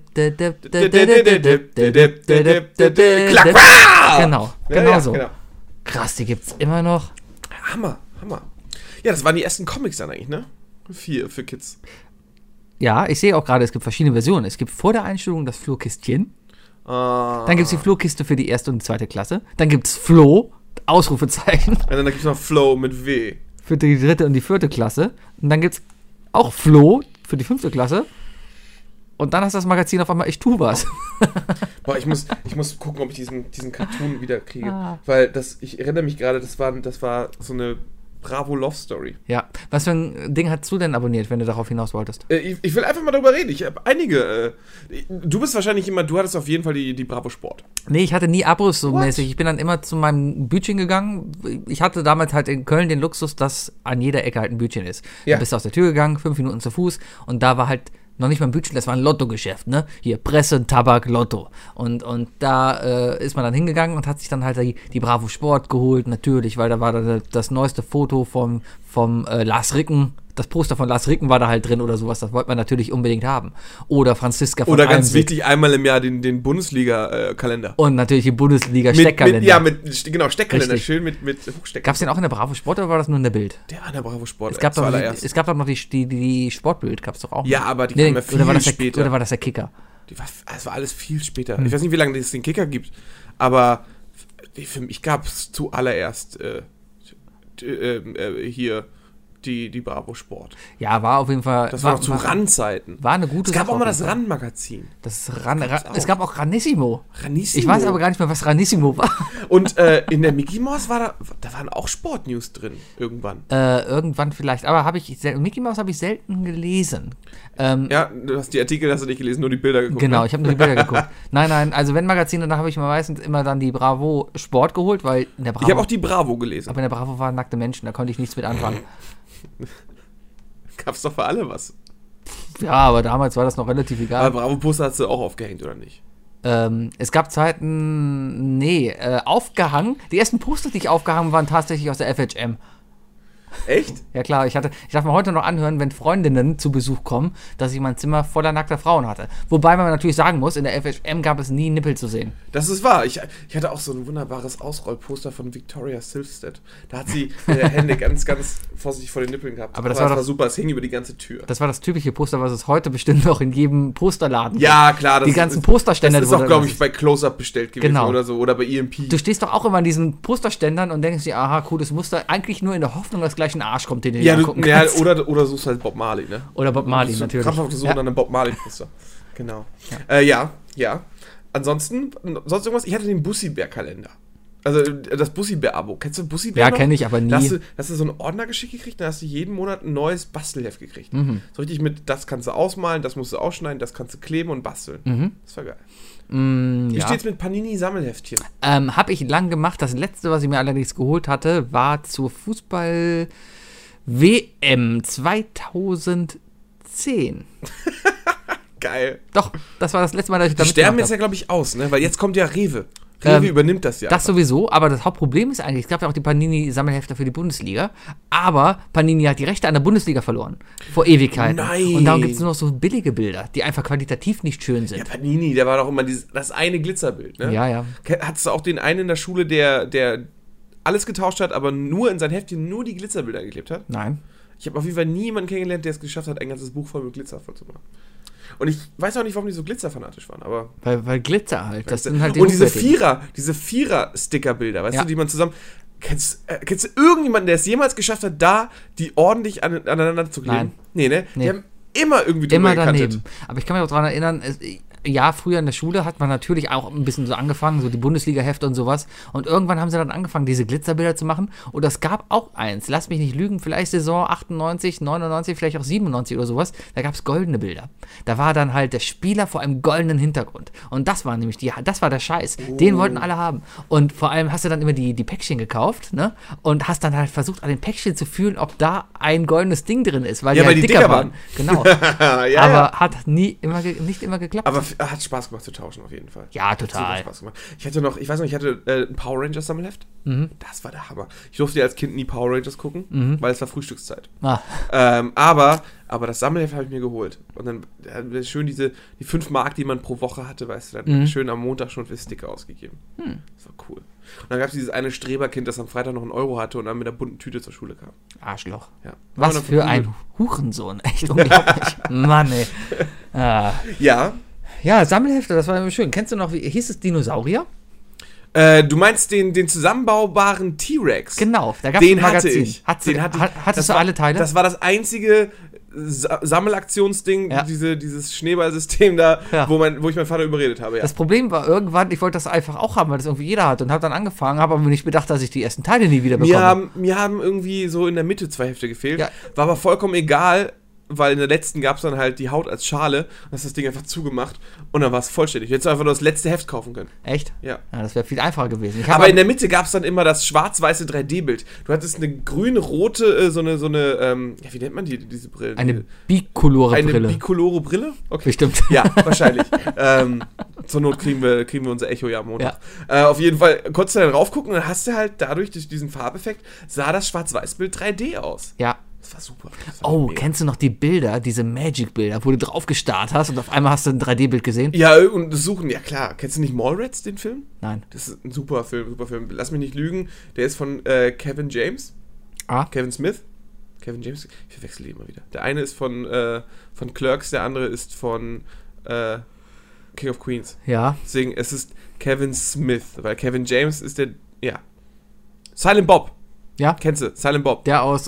Genau so. Krass, die gibt's immer noch. Hammer. Ja, das waren die ersten Comics dann eigentlich, ne? Für Kids. Ja, ich sehe auch gerade, es gibt verschiedene Versionen. Es gibt vor der Einstellung das Flohkistchen. Dann gibt es die Flohkiste für die 1. und die 2. Klasse. Dann gibt es Floh, Ausrufezeichen. Und dann gibt es noch Flow mit W. Für die 3. und die 4. Klasse. Und dann gibt es auch Floh für die 5. Klasse. Und dann hast du das Magazin auf einmal Ich tu was. Boah, ich muss gucken, ob ich diesen Cartoon wieder kriege. Weil ich erinnere mich gerade, das war so eine Bravo Love Story. Ja. Was für ein Ding hast du denn abonniert, wenn du darauf hinaus wolltest? Ich will einfach mal darüber reden. Ich habe einige. Du bist wahrscheinlich jemand, du hattest auf jeden Fall die Bravo Sport. Nee, ich hatte nie Abos so mäßig. Ich bin dann immer zu meinem Bütchen gegangen. Ich hatte damals halt in Köln den Luxus, dass an jeder Ecke halt ein Bütchen ist. Ja. Dann bist du aus der Tür gegangen, 5 Minuten zu Fuß und da war halt noch nicht mal ein Bütchen, das war ein Lottogeschäft, ne? Hier, Presse, Tabak, Lotto. Und da ist man dann hingegangen und hat sich dann halt die Bravo Sport geholt, natürlich, weil da war dann das neueste Foto vom Lars Ricken, Das Poster von Lars Ricken war da halt drin oder sowas, das wollte man natürlich unbedingt haben. Oder Franziska von Oder ganz Almsig. wichtig, einmal im Jahr den Bundesliga-Kalender. Und natürlich den Bundesliga-Steckkalender. Genau, Steckkalender, Richtig. schön mit Hochstecker. Gab es den auch in der Bravo Sport oder war das nur in der Bild? Der war in der Bravo Sport. Es gab doch noch die Sportbild, gab es doch auch. Ja, aber die kam ja viel später. Oder war das der Kicker? Es war alles viel später. Ich weiß nicht, wie lange es den Kicker gibt, aber für mich gab es zuallererst hier die Bravo Sport. Ja, war auf jeden Fall. Das war noch zu RAN-Zeiten. War eine gute Sache. Es gab auch mal das Sache. RAN-Magazin. Es gab auch Ranissimo. Ranissimo. Ich weiß aber gar nicht mehr, was Ranissimo war. Und in der Mickey Mouse da waren auch Sportnews drin, irgendwann. Irgendwann vielleicht, aber Mickey Mouse habe ich selten gelesen. Ja, du hast die Artikel hast du nicht gelesen, nur die Bilder geguckt. Genau, ne? ich habe nur die Bilder geguckt. Nein, also wenn Magazine, dann habe ich mir meistens immer dann die Bravo Sport geholt, weil in der Bravo... Ich habe auch die Bravo gelesen. Aber in der Bravo waren nackte Menschen, da konnte ich nichts mit anfangen. Gab's doch für alle was. Ja, aber damals war das noch relativ egal. Aber Bravo-Poster hast du auch aufgehängt, oder nicht? Es gab Zeiten, aufgehangen. Die ersten Poster, die ich aufgehangen waren, tatsächlich aus der FHM. Echt? Ja klar, ich darf mir heute noch anhören, wenn Freundinnen zu Besuch kommen, dass ich mein Zimmer voller nackter Frauen hatte. Wobei man natürlich sagen muss, in der FHM gab es nie Nippel zu sehen. Das ist wahr. Ich hatte auch so ein wunderbares Ausrollposter von Victoria Silvstedt. Da hat sie ihre Hände ganz, ganz vorsichtig vor den Nippeln gehabt. Aber das war super, es hing über die ganze Tür. Das war das typische Poster, was es heute bestimmt noch in jedem Posterladen gibt. Ja, klar. Die ganzen Posterständer. Das ist auch, glaube ich, bei Close-Up bestellt gewesen genau. Oder so. Oder bei EMP. Du stehst doch auch immer an diesen Posterständern und denkst dir, aha, cooles Muster. Eigentlich nur in der Hoffnung, dass gleich ein Arsch kommt, den du angucken kannst. Oder suchst halt Bob Marley, ne? Oder Bob Marley, natürlich. Krampf auf der Suche nach einem Bob Marley-Poster. Genau. Ja. Ansonsten, sonst irgendwas? Ich hatte den Bussi-Bär-Kalender. Also das Bussi-Bär-Abo. Kennst du Bussi-Bär noch? Ja, kenne ich, aber nie. Da hast du so einen Ordner geschickt gekriegt, dann hast du jeden Monat ein neues Bastelheft gekriegt. Mhm. So richtig mit, das kannst du ausmalen, das musst du ausschneiden, das kannst du kleben und basteln. Mhm. Das war geil. Wie steht's mit Panini-Sammelheftchen? Habe ich lang gemacht. Das letzte, was ich mir allerdings geholt hatte, war zur Fußball-WM 2010. Geil. Doch, das war das letzte Mal, dass ich damit sterben jetzt ja, glaube ich, aus, ne? Weil jetzt kommt ja Rewe. Rewe übernimmt das ja. Das sowieso, aber das Hauptproblem ist eigentlich, es gab ja auch die Panini-Sammelhefte für die Bundesliga, aber Panini hat die Rechte an der Bundesliga verloren. Vor Ewigkeiten. Nein. Und darum gibt es nur noch so billige Bilder, die einfach qualitativ nicht schön sind. Ja, Panini, der war doch immer das eine Glitzerbild, ne? Ja. Hattest du auch den einen in der Schule, der alles getauscht hat, aber nur in sein Heftchen nur die Glitzerbilder geklebt hat? Nein. Ich habe auf jeden Fall nie jemanden kennengelernt, der es geschafft hat, ein ganzes Buch voll mit Glitzer voll zu machen. Und ich weiß auch nicht, warum die so glitzerfanatisch waren, aber... Weil Glitzer halt, das sind halt die und diese Vierer-Sticker-Bilder, weißt du, die man zusammen... Kennst du irgendjemanden, der es jemals geschafft hat, da die ordentlich aneinander zu kleben? Nein. Nee, ne? Die haben immer irgendwie drüber gekantet. Aber ich kann mich auch daran erinnern, ja, früher in der Schule hat man natürlich auch ein bisschen so angefangen, so die Bundesliga-Hefte und sowas. Und irgendwann haben sie dann angefangen, diese Glitzerbilder zu machen. Und es gab auch eins, lass mich nicht lügen, vielleicht Saison 98, 99, vielleicht auch 97 oder sowas. Da gab es goldene Bilder. Da war dann halt der Spieler vor einem goldenen Hintergrund. Und das war nämlich das war der Scheiß. Den wollten alle haben. Und vor allem hast du dann immer die Päckchen gekauft, ne? Und hast dann halt versucht, an den Päckchen zu fühlen, ob da ein goldenes Ding drin ist, weil die halt dicker waren. Genau. Aber hat nicht immer geklappt. Aber hat Spaß gemacht zu tauschen, auf jeden Fall. Ja, total. Hat Spaß gemacht. Ich hatte ein Power Rangers Sammelheft. Mhm. Das war der Hammer. Ich durfte ja als Kind nie Power Rangers gucken, weil es war Frühstückszeit. Aber das Sammelheft habe ich mir geholt. Und dann schön die 5 Mark, die man pro Woche hatte, weißt du, dann schön am Montag schon für Sticker ausgegeben. Das war cool. Und dann gab es dieses eine Streberkind, das am Freitag noch 1 Euro hatte und dann mit der bunten Tüte zur Schule kam. Arschloch. Ja. Was für ein Hurensohn. Echt unglaublich. Mann, ey. Ja. Ja, Sammelhefte, das war immer schön. Kennst du noch, wie hieß es, Dinosaurier? Du meinst den zusammenbaubaren T-Rex? Genau, da gab es ein Magazin. Hattest du alle Teile? Das war das einzige Sammelaktionsding, dieses Schneeballsystem da, wo ich meinen Vater überredet habe. Ja. Das Problem war irgendwann, ich wollte das einfach auch haben, weil das irgendwie jeder hat und habe dann angefangen, habe aber nicht bedacht, dass ich die ersten Teile nie wieder bekomme. Mir haben irgendwie so in der Mitte 2 Hefte gefehlt. Ja. War aber vollkommen egal, weil in der letzten gab es dann halt die Haut als Schale und hast das Ding einfach zugemacht und dann war es vollständig. Du hättest einfach nur das letzte Heft kaufen können. Echt? Ja. Das wäre viel einfacher gewesen. Aber in der Mitte gab es dann immer das schwarz-weiße 3D-Bild. Du hattest eine grün-rote, so eine wie nennt man diese Brille? Eine bikolore Brille. Eine bikolore Brille? Okay. Bestimmt. Ja, wahrscheinlich. Zur Not kriegen wir unser Echo ja am Montag. Ja. Auf jeden Fall konntest du dann raufgucken und dann hast du halt dadurch, durch diesen Farbeffekt, sah das Schwarz-Weiß-Bild 3D aus. Ja. Das Das war super. Kennst du noch die Bilder, diese Magic-Bilder, wo du drauf gestarrt hast und auf einmal hast du ein 3D-Bild gesehen? Ja, und das Suchen, ja klar. Kennst du nicht Mallrats, den Film? Nein. Das ist ein super Film. Lass mich nicht lügen. Der ist von Kevin James. Kevin Smith. Kevin James. Ich verwechsel die immer wieder. Der eine ist von Clerks, der andere ist von King of Queens. Ja. Deswegen, es ist Kevin Smith, weil Kevin James ist der, ja. Silent Bob. Ja. Kennst du? Silent Bob. Der aus,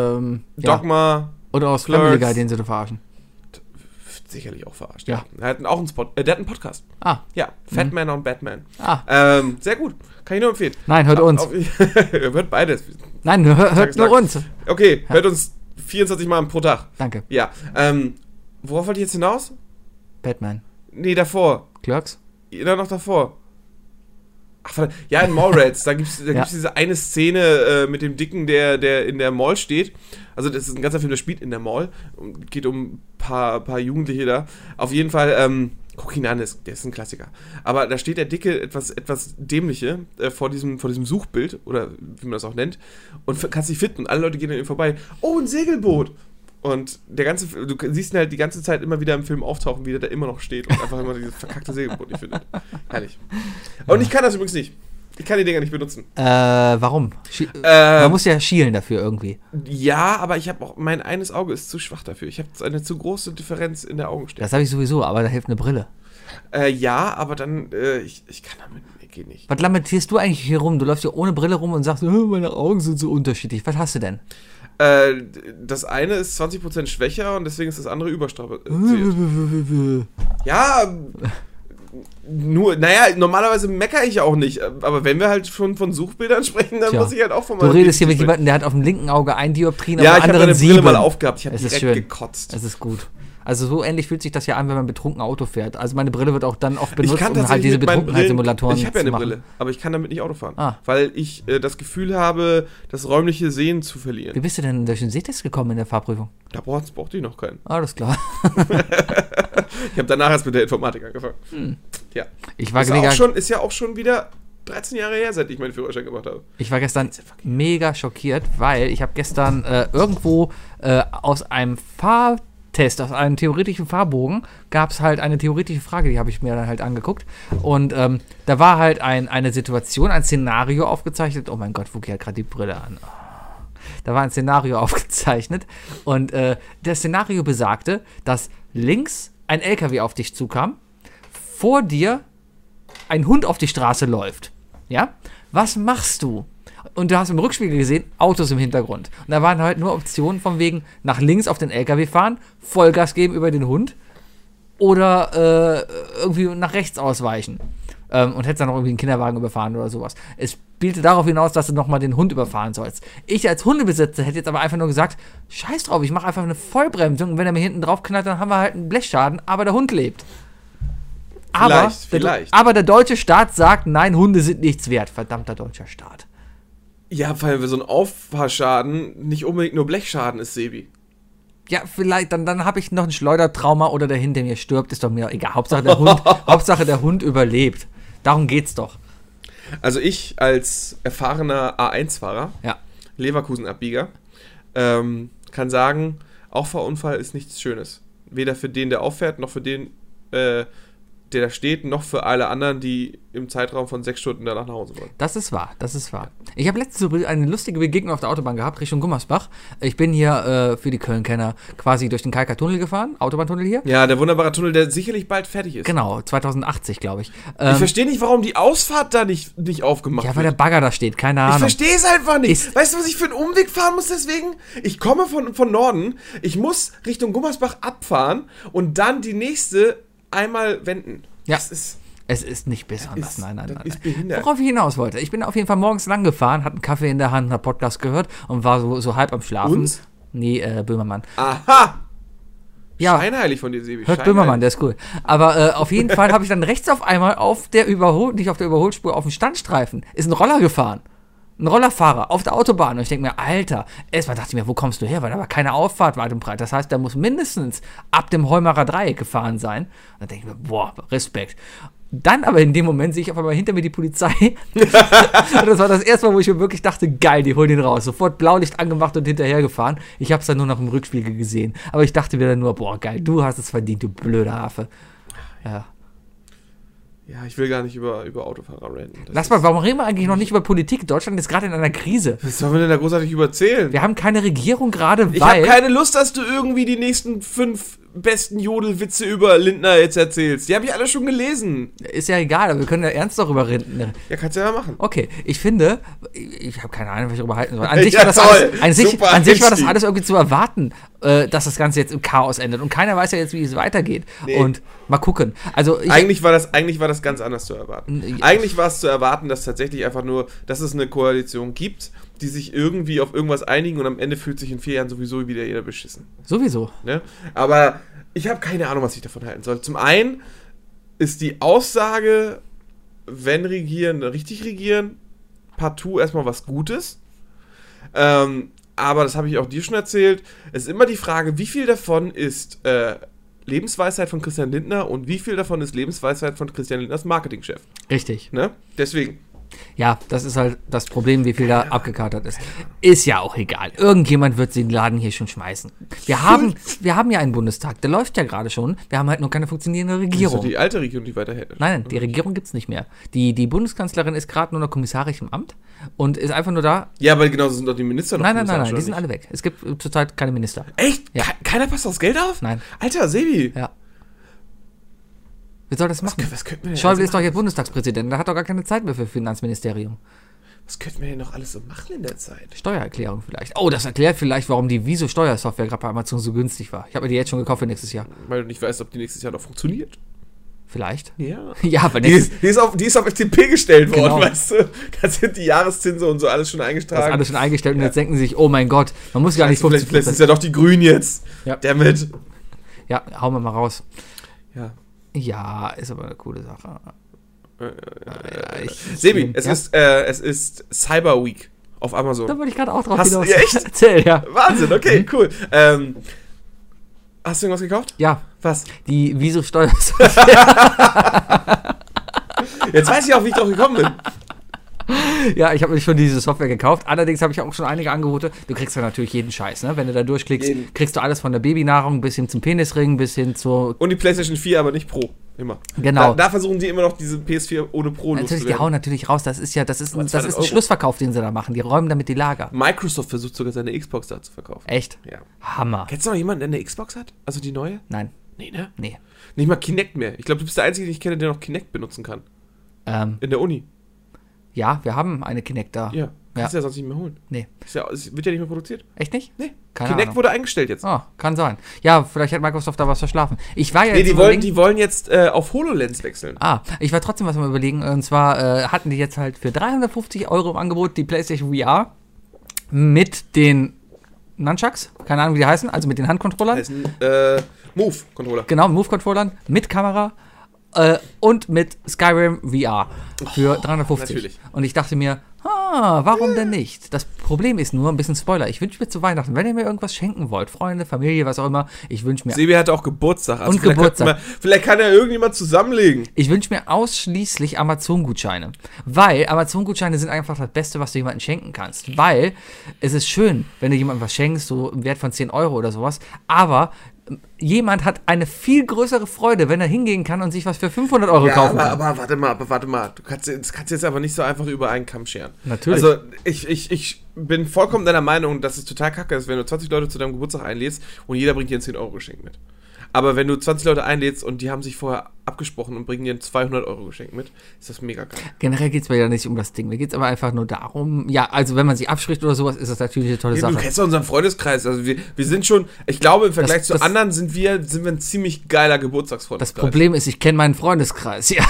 Dogma. Oder aus Clerks. Family Guy, den sie da verarschen. Sicherlich auch verarscht. Ja. Er hat auch der hat einen Podcast. Ja, Fat Man on Batman. Sehr gut. Kann ich nur empfehlen. Nein, hört uns. Hört beides. Nein, hört nur uns. Okay, hört uns 24 Mal pro Tag. Danke. Ja. Worauf wollte ich jetzt hinaus? Batman. Nee, davor. Clerks? Ja, noch davor. Ach, verdammt. Ja, in Mallrats, da gibt's diese eine Szene mit dem Dicken, der in der Mall steht. Also das ist ein ganzer Film, der spielt in der Mall. Und geht um ein paar Jugendliche da. Auf jeden Fall, guck ihn an, der ist ein Klassiker. Aber da steht der Dicke, etwas Dämliche, vor diesem Suchbild, oder wie man das auch nennt, und kannst dich finden. Und alle Leute gehen an ihm vorbei. Oh, ein Segelboot! Und du siehst ihn halt die ganze Zeit immer wieder im Film auftauchen, wie der da immer noch steht und einfach immer dieses verkackte Segelboot nicht findet. Herrlich. Und ich kann das übrigens nicht. Ich kann die Dinger nicht benutzen. Warum? Man muss ja schielen dafür irgendwie. Ja, aber ich habe auch, mein eines Auge ist zu schwach dafür. Ich habe eine zu große Differenz in der Augenstärke. Das habe ich sowieso, aber da hilft eine Brille. Ja, aber dann, ich kann damit, geht nicht. Was lamentierst du eigentlich hier rum? Du läufst ja ohne Brille rum und sagst, meine Augen sind so unterschiedlich. Was hast du denn? Das eine ist 20% schwächer und deswegen ist das andere überstrapaziert. Ja, normalerweise meckere ich auch nicht, aber wenn wir halt schon von Suchbildern sprechen, dann muss ich halt auch von meinem. Du redest hier mit jemandem, der hat auf dem linken Auge ein Dioptrien, ja, auf dem anderen 7. Ja, ich habe meine Brille mal aufgehabt, ich habe direkt gekotzt. Es ist gut. Also so ähnlich fühlt sich das ja an, wenn man betrunken Auto fährt. Also meine Brille wird auch dann oft benutzt, um halt diese Betrunkenheitssimulatoren zu machen. Ich habe ja eine Brille, aber ich kann damit nicht Auto fahren, weil ich das Gefühl habe, das räumliche Sehen zu verlieren. Wie bist du denn durch den Sehtest gekommen in der Fahrprüfung? Da brauchte ich noch keinen. Alles klar. Ich habe danach erst mit der Informatik angefangen. Ja. Ist ja auch schon wieder 13 Jahre her, seit ich meinen Führerschein gemacht habe. Ich war gestern mega schockiert, weil ich habe gestern irgendwo aus einem Fahrtest, aus einem theoretischen Fahrbogen, gab es halt eine theoretische Frage, die habe ich mir dann halt angeguckt. Und da war halt eine Situation, ein Szenario aufgezeichnet. Oh mein Gott, Wookie hat gerade die Brille an. Da war ein Szenario aufgezeichnet. Und das Szenario besagte, dass links ein LKW auf dich zukam, vor dir ein Hund auf die Straße läuft. Ja? Was machst du? Und du hast im Rückspiegel gesehen, Autos im Hintergrund. Und da waren halt nur Optionen von wegen nach links auf den LKW fahren, Vollgas geben über den Hund oder irgendwie nach rechts ausweichen. Und hättest dann noch irgendwie einen Kinderwagen überfahren oder sowas. Es spielte darauf hinaus, dass du nochmal den Hund überfahren sollst. Ich als Hundebesitzer hätte jetzt aber einfach nur gesagt, scheiß drauf, ich mache einfach eine Vollbremsung und wenn er mir hinten drauf knallt, dann haben wir halt einen Blechschaden, aber der Hund lebt. Vielleicht. Aber der deutsche Staat sagt, nein, Hunde sind nichts wert. Verdammter deutscher Staat. Ja, weil so ein Auffahrschaden nicht unbedingt nur Blechschaden ist, Sebi. Ja, vielleicht, dann habe ich noch ein Schleudertrauma oder der hinter mir stirbt, ist doch mir egal. Hauptsache der Hund überlebt. Darum geht's doch. Also ich als erfahrener A1-Fahrer, Leverkusen-Abbieger, kann sagen, Auffahrunfall ist nichts Schönes. Weder für den, der auffährt, noch für den, der da steht, noch für alle anderen, die im Zeitraum von 6 Stunden danach nach Hause wollen. Das ist wahr. Ich habe letztens eine lustige Begegnung auf der Autobahn gehabt, Richtung Gummersbach. Ich bin hier, für die Köln-Kenner, quasi durch den Kalker Tunnel gefahren, Autobahntunnel hier. Ja, der wunderbare Tunnel, der sicherlich bald fertig ist. Genau, 2080, glaube ich. Ich verstehe nicht, warum die Ausfahrt da nicht aufgemacht wird. Ja, weil der Bagger da steht, keine Ahnung. Ich verstehe es einfach nicht. Weißt du, was ich für einen Umweg fahren muss deswegen? Ich komme von Norden, ich muss Richtung Gummersbach abfahren und dann die nächste einmal wenden. Ja, es ist nicht besonders. Nein. Ist behindert. Worauf ich hinaus wollte. Ich bin auf jeden Fall morgens lang gefahren, hatte einen Kaffee in der Hand, hab Podcast gehört und war so halb am Schlafen. Uns? Nee, Böhmermann. Aha! Ja. Scheinheilig von dir, Sebi. Hört Böhmermann, der ist cool. Aber auf jeden Fall habe ich dann rechts auf einmal nicht auf der Überholspur, auf dem Standstreifen, ist ein Roller gefahren. Ein Rollerfahrer auf der Autobahn. Und ich denke mir, Alter, erstmal dachte ich mir, wo kommst du her? Weil da war keine Auffahrt weit und breit. Das heißt, der muss mindestens ab dem Heumarer Dreieck gefahren sein. Und dann denke ich mir, boah, Respekt. Dann aber in dem Moment sehe ich auf einmal hinter mir die Polizei. Und das war das erste Mal, wo ich mir wirklich dachte, geil, die holen den raus. Sofort Blaulicht angemacht und hinterhergefahren. Ich habe es dann nur noch im Rückspiegel gesehen. Aber ich dachte mir dann nur, boah, geil, du hast es verdient, du blöder Affe. Ja. Ja, ich will gar nicht über Autofahrer reden. Warum reden wir eigentlich noch nicht über Politik? Deutschland ist gerade in einer Krise. Was sollen wir denn da großartig erzählen? Wir haben keine Regierung gerade, Ich habe keine Lust, dass du irgendwie die nächsten 5 besten Jodelwitze über Lindner jetzt erzählst. Die habe ich alle schon gelesen. Ist ja egal, aber wir können ja ernst darüber reden. Ja, kannst du ja machen. Okay, ich finde, ich habe keine Ahnung, was ich darüber halten soll. An sich war das alles irgendwie zu erwarten, dass das Ganze jetzt im Chaos endet. Und keiner weiß ja jetzt, wie es weitergeht. Nee. Und mal gucken. Also eigentlich war das ganz anders zu erwarten. Eigentlich war es zu erwarten, dass tatsächlich einfach nur, dass es eine Koalition gibt, die sich irgendwie auf irgendwas einigen und am Ende fühlt sich in 4 Jahren sowieso wieder jeder beschissen. Sowieso. Ne? Aber ich habe keine Ahnung, was ich davon halten soll. Zum einen ist die Aussage, wenn regieren, richtig regieren, partout erstmal was Gutes. Aber das habe ich auch dir schon erzählt. Es ist immer die Frage, wie viel davon ist Lebensweisheit von Christian Lindner und wie viel davon ist Lebensweisheit von Christian Lindners Marketingchef. Richtig. Ne? Deswegen. Ja, das ist halt das Problem, wie viel da abgekatert ist. Ist ja auch egal. Irgendjemand wird den Laden hier schon schmeißen. Wir haben ja einen Bundestag, der läuft ja gerade schon. Wir haben halt nur keine funktionierende Regierung. Das ist die alte Regierung, die weiterhält. Nein, die Regierung gibt's nicht mehr. Die Bundeskanzlerin ist gerade nur noch kommissarisch im Amt und ist einfach nur da. Ja, aber genauso sind doch die Minister noch. Nein, die sind alle weg. Es gibt zurzeit keine Minister. Echt? Ja. Keiner passt aufs Geld auf? Nein. Alter, Sebi. Ja. Wer soll das machen? Was könnten wir denn Schäuble ist doch jetzt Bundestagspräsident, der hat doch gar keine Zeit mehr für Finanzministerium. Was könnten wir denn noch alles so machen in der Zeit? Steuererklärung vielleicht. Oh, das erklärt vielleicht, warum die Wieso-Steuersoftware gerade bei Amazon so günstig war. Ich habe mir die jetzt schon gekauft für nächstes Jahr. Weil du nicht weißt, ob die nächstes Jahr noch funktioniert. Vielleicht. Ja. Ja, aber die ist auf FTP gestellt worden, weißt du? Da sind die Jahreszinse und so alles schon eingetragen. Das ist alles schon eingestellt und jetzt denken sie sich, oh mein Gott, man muss gar nicht 50%. Vielleicht ist ja doch die Grünen jetzt. Ja. Damit. Ja, hauen wir mal raus. Ja. Ja, ist aber eine coole Sache. Sebi, es ist Cyber Week auf Amazon. Da wollte ich gerade auch drauf hinaus. Ja, echt? Erzähl, ja. Wahnsinn, okay, cool. Hast du irgendwas gekauft? Ja. Was? Die Wieso-Steuersoftware. Jetzt weiß ich auch, wie ich drauf gekommen bin. Ja, ich habe mir schon diese Software gekauft. Allerdings habe ich auch schon einige Angebote. Du kriegst ja natürlich jeden Scheiß, ne? Wenn du da durchklickst, kriegst du alles von der Babynahrung bis hin zum Penisring, bis hin zu... Und die PlayStation 4, aber nicht Pro. Immer. Genau. Da versuchen die immer noch diese PS4 ohne Pro loszuwerden. Die hauen natürlich raus. Das ist ein Schlussverkauf, den sie da machen. Die räumen damit die Lager. Microsoft versucht sogar seine Xbox da zu verkaufen. Echt? Ja. Hammer. Kennst du noch jemanden, der eine Xbox hat? Also die neue? Nein. Nee, ne? Nee. Nicht mal Kinect mehr. Ich glaube, du bist der Einzige, den ich kenne, der noch Kinect benutzen kann. In der Uni. Ja, wir haben eine Kinect da. Ja. Kannst du ja sonst nicht mehr holen. Nee. Es wird ja nicht mehr produziert. Echt nicht? Nee. Keine Kinect Ahnung. Wurde eingestellt jetzt. Oh, kann sein. Ja, vielleicht hat Microsoft da was verschlafen. Ich war ja jetzt die wollen jetzt auf HoloLens wechseln. Ich war trotzdem was mal überlegen. Und zwar hatten die jetzt halt für 350 € im Angebot die PlayStation VR mit den Nunchucks, keine Ahnung, wie die heißen, also mit den Handcontrollern. Heißen Move-Controller. Genau, Move-Controllern mit Kamera und mit Skyrim VR für 350. Natürlich. Und ich dachte mir, warum denn nicht? Das Problem ist nur, ein bisschen Spoiler, ich wünsche mir zu Weihnachten, wenn ihr mir irgendwas schenken wollt, Freunde, Familie, was auch immer, ich wünsche mir... Sebi hatte auch Geburtstag. Also und Geburtstag. Vielleicht kann ja irgendjemand zusammenlegen. Ich wünsche mir ausschließlich Amazon-Gutscheine, weil Amazon-Gutscheine sind einfach das Beste, was du jemandem schenken kannst, weil es ist schön, wenn du jemandem was schenkst, so im Wert von 10 € oder sowas, aber jemand hat eine viel größere Freude, wenn er hingehen kann und sich was für 500 € kaufen kann. Aber warte mal. Das kannst jetzt aber nicht so einfach über einen Kamm scheren. Natürlich. Also ich bin vollkommen deiner Meinung, dass es total kacke ist, wenn du 20 Leute zu deinem Geburtstag einlädst und jeder bringt dir ein 10-€ Geschenk mit. Aber wenn du 20 Leute einlädst und die haben sich vorher abgesprochen und bringen dir ein 200€ Geschenk mit, ist das mega geil. Generell geht es mir ja nicht um das Ding. Mir geht es aber einfach nur darum, ja, also wenn man sich abspricht oder sowas, ist das natürlich eine tolle Sache. Du kennst ja unseren Freundeskreis. Also wir sind schon, ich glaube, im Vergleich zu anderen sind wir ein ziemlich geiler Geburtstagsfreundeskreis. Das Problem ist, ich kenne meinen Freundeskreis, ja.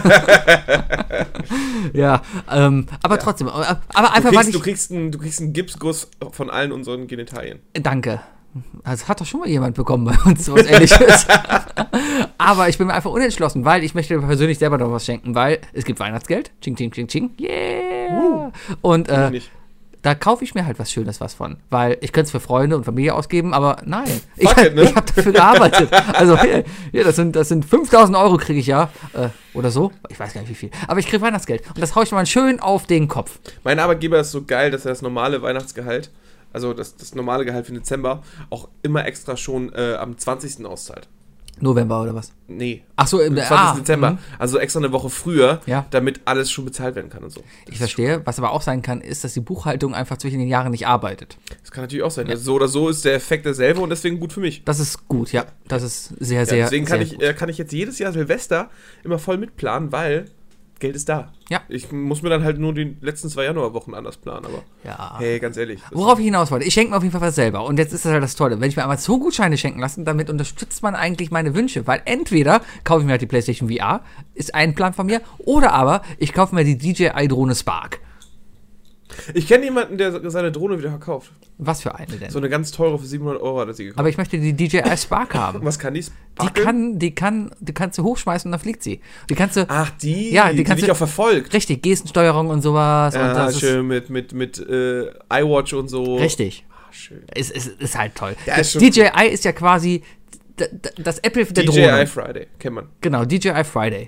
Ja, aber trotzdem. Aber einfach, du kriegst einen Gipsguss von allen unseren Genitalien. Danke. Also hat doch schon mal jemand bekommen bei uns, sowas Ähnliches. Aber ich bin mir einfach unentschlossen, weil ich möchte persönlich selber noch was schenken, weil es gibt Weihnachtsgeld. Ching, ching, ching, ching. Yeah! Und, da kaufe ich mir halt was Schönes von. Weil ich könnte es für Freunde und Familie ausgeben, aber nein. Ich Fuck it, ne? habe dafür gearbeitet. Also hier, das sind 5.000 Euro kriege ich ja. Oder so. Ich weiß gar nicht, wie viel. Aber ich kriege Weihnachtsgeld. Und das haue ich mal schön auf den Kopf. Mein Arbeitgeber ist so geil, dass er das normale Weihnachtsgehalt, also das normale Gehalt für Dezember, auch immer extra schon am 20. auszahlt. November oder was? Nee. Ach so, im 20. Dezember. Also extra eine Woche früher, Ja. damit alles schon bezahlt werden kann und so. Ich verstehe. Was aber auch sein kann, ist, dass die Buchhaltung einfach zwischen den Jahren nicht arbeitet. Das kann natürlich auch sein. Also so oder so ist der Effekt derselbe und deswegen gut für mich. Das ist gut, ja. Das ist sehr, Ja, sehr, deswegen sehr kann ich jetzt jedes Jahr Silvester immer voll mitplanen, weil Geld ist da. Ja. Ich muss mir dann halt nur die letzten 2 Januarwochen anders planen, aber Ja. hey, ganz ehrlich. Worauf ich hinaus wollte, ich schenke mir auf jeden Fall was selber. Und jetzt ist das halt das Tolle. Wenn ich mir Amazon-Gutscheine schenken lasse, damit unterstützt man eigentlich meine Wünsche. Weil entweder kaufe ich mir halt die PlayStation VR, ist ein Plan von mir, oder aber ich kaufe mir die DJI-Drohne Spark. Ich kenne jemanden, der seine Drohne wieder verkauft. Was für eine denn? So eine ganz teure für 700 Euro hat er sie gekauft. Aber ich möchte die DJI Spark haben. Was kann die? Die kannst du hochschmeißen und dann fliegt sie. Die kannst du, Ach, die kannst dich du auch verfolgt. richtig, Gestensteuerung und sowas. Ja, und das schön mit iWatch und so. Richtig. Ach, schön. Ist halt toll. Ja, ist schon DJI ist ja quasi das Apple der Drohne. DJI Friday, kennt man. Genau, DJI Friday.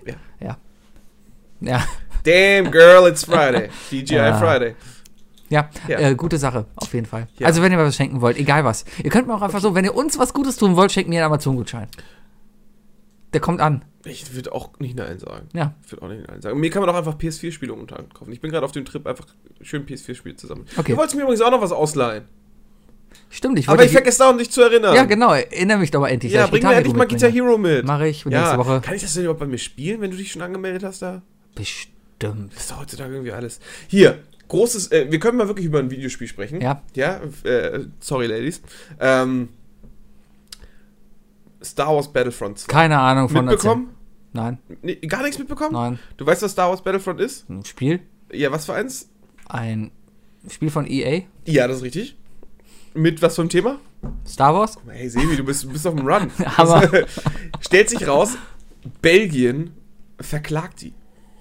Ja. Damn, girl, it's Friday. DJI Ja. Friday. Ja, Ja. gute Sache, auf jeden Fall. Ja. Also, wenn ihr was schenken wollt, egal was. Ihr könnt mir auch einfach so, wenn ihr uns was Gutes tun wollt, schenkt mir einen Amazon-Gutschein. Der kommt an. Ich würde auch nicht Nein sagen. Ja. Ich würde auch nicht Nein sagen. Mir kann man auch einfach PS4-Spiele momentan kaufen. Ich bin gerade auf dem Trip, einfach schön PS4-Spiele zusammen. Okay. Du wolltest mir übrigens auch noch was ausleihen. Stimmt, Aber ich vergesse dauernd, dich zu erinnern. Ja, genau, erinnere mich doch mal endlich. Ja, bring mir endlich mal Guitar Hero mit. Mache ich Ja, nächste Woche. kann ich das denn überhaupt bei mir spielen, wenn du dich schon angemeldet hast da? Bestimmt. Das ist doch heutzutage irgendwie alles. Hier, großes, wir können mal wirklich über ein Videospiel sprechen. Ja. Ja, sorry, Ladies. Star Wars Battlefront 2. Keine Ahnung von Mitbekommen? Nein, Nee, gar nichts mitbekommen? nein. Du weißt, was Star Wars Battlefront ist? Ein Spiel? Ja, was für eins? Ein Spiel von EA? Ja, das ist richtig. Mit was für einem Thema? Star Wars? Guck mal, hey, Sebi, du bist auf dem Run. Aber- Stellt sich raus, Belgien verklagt die.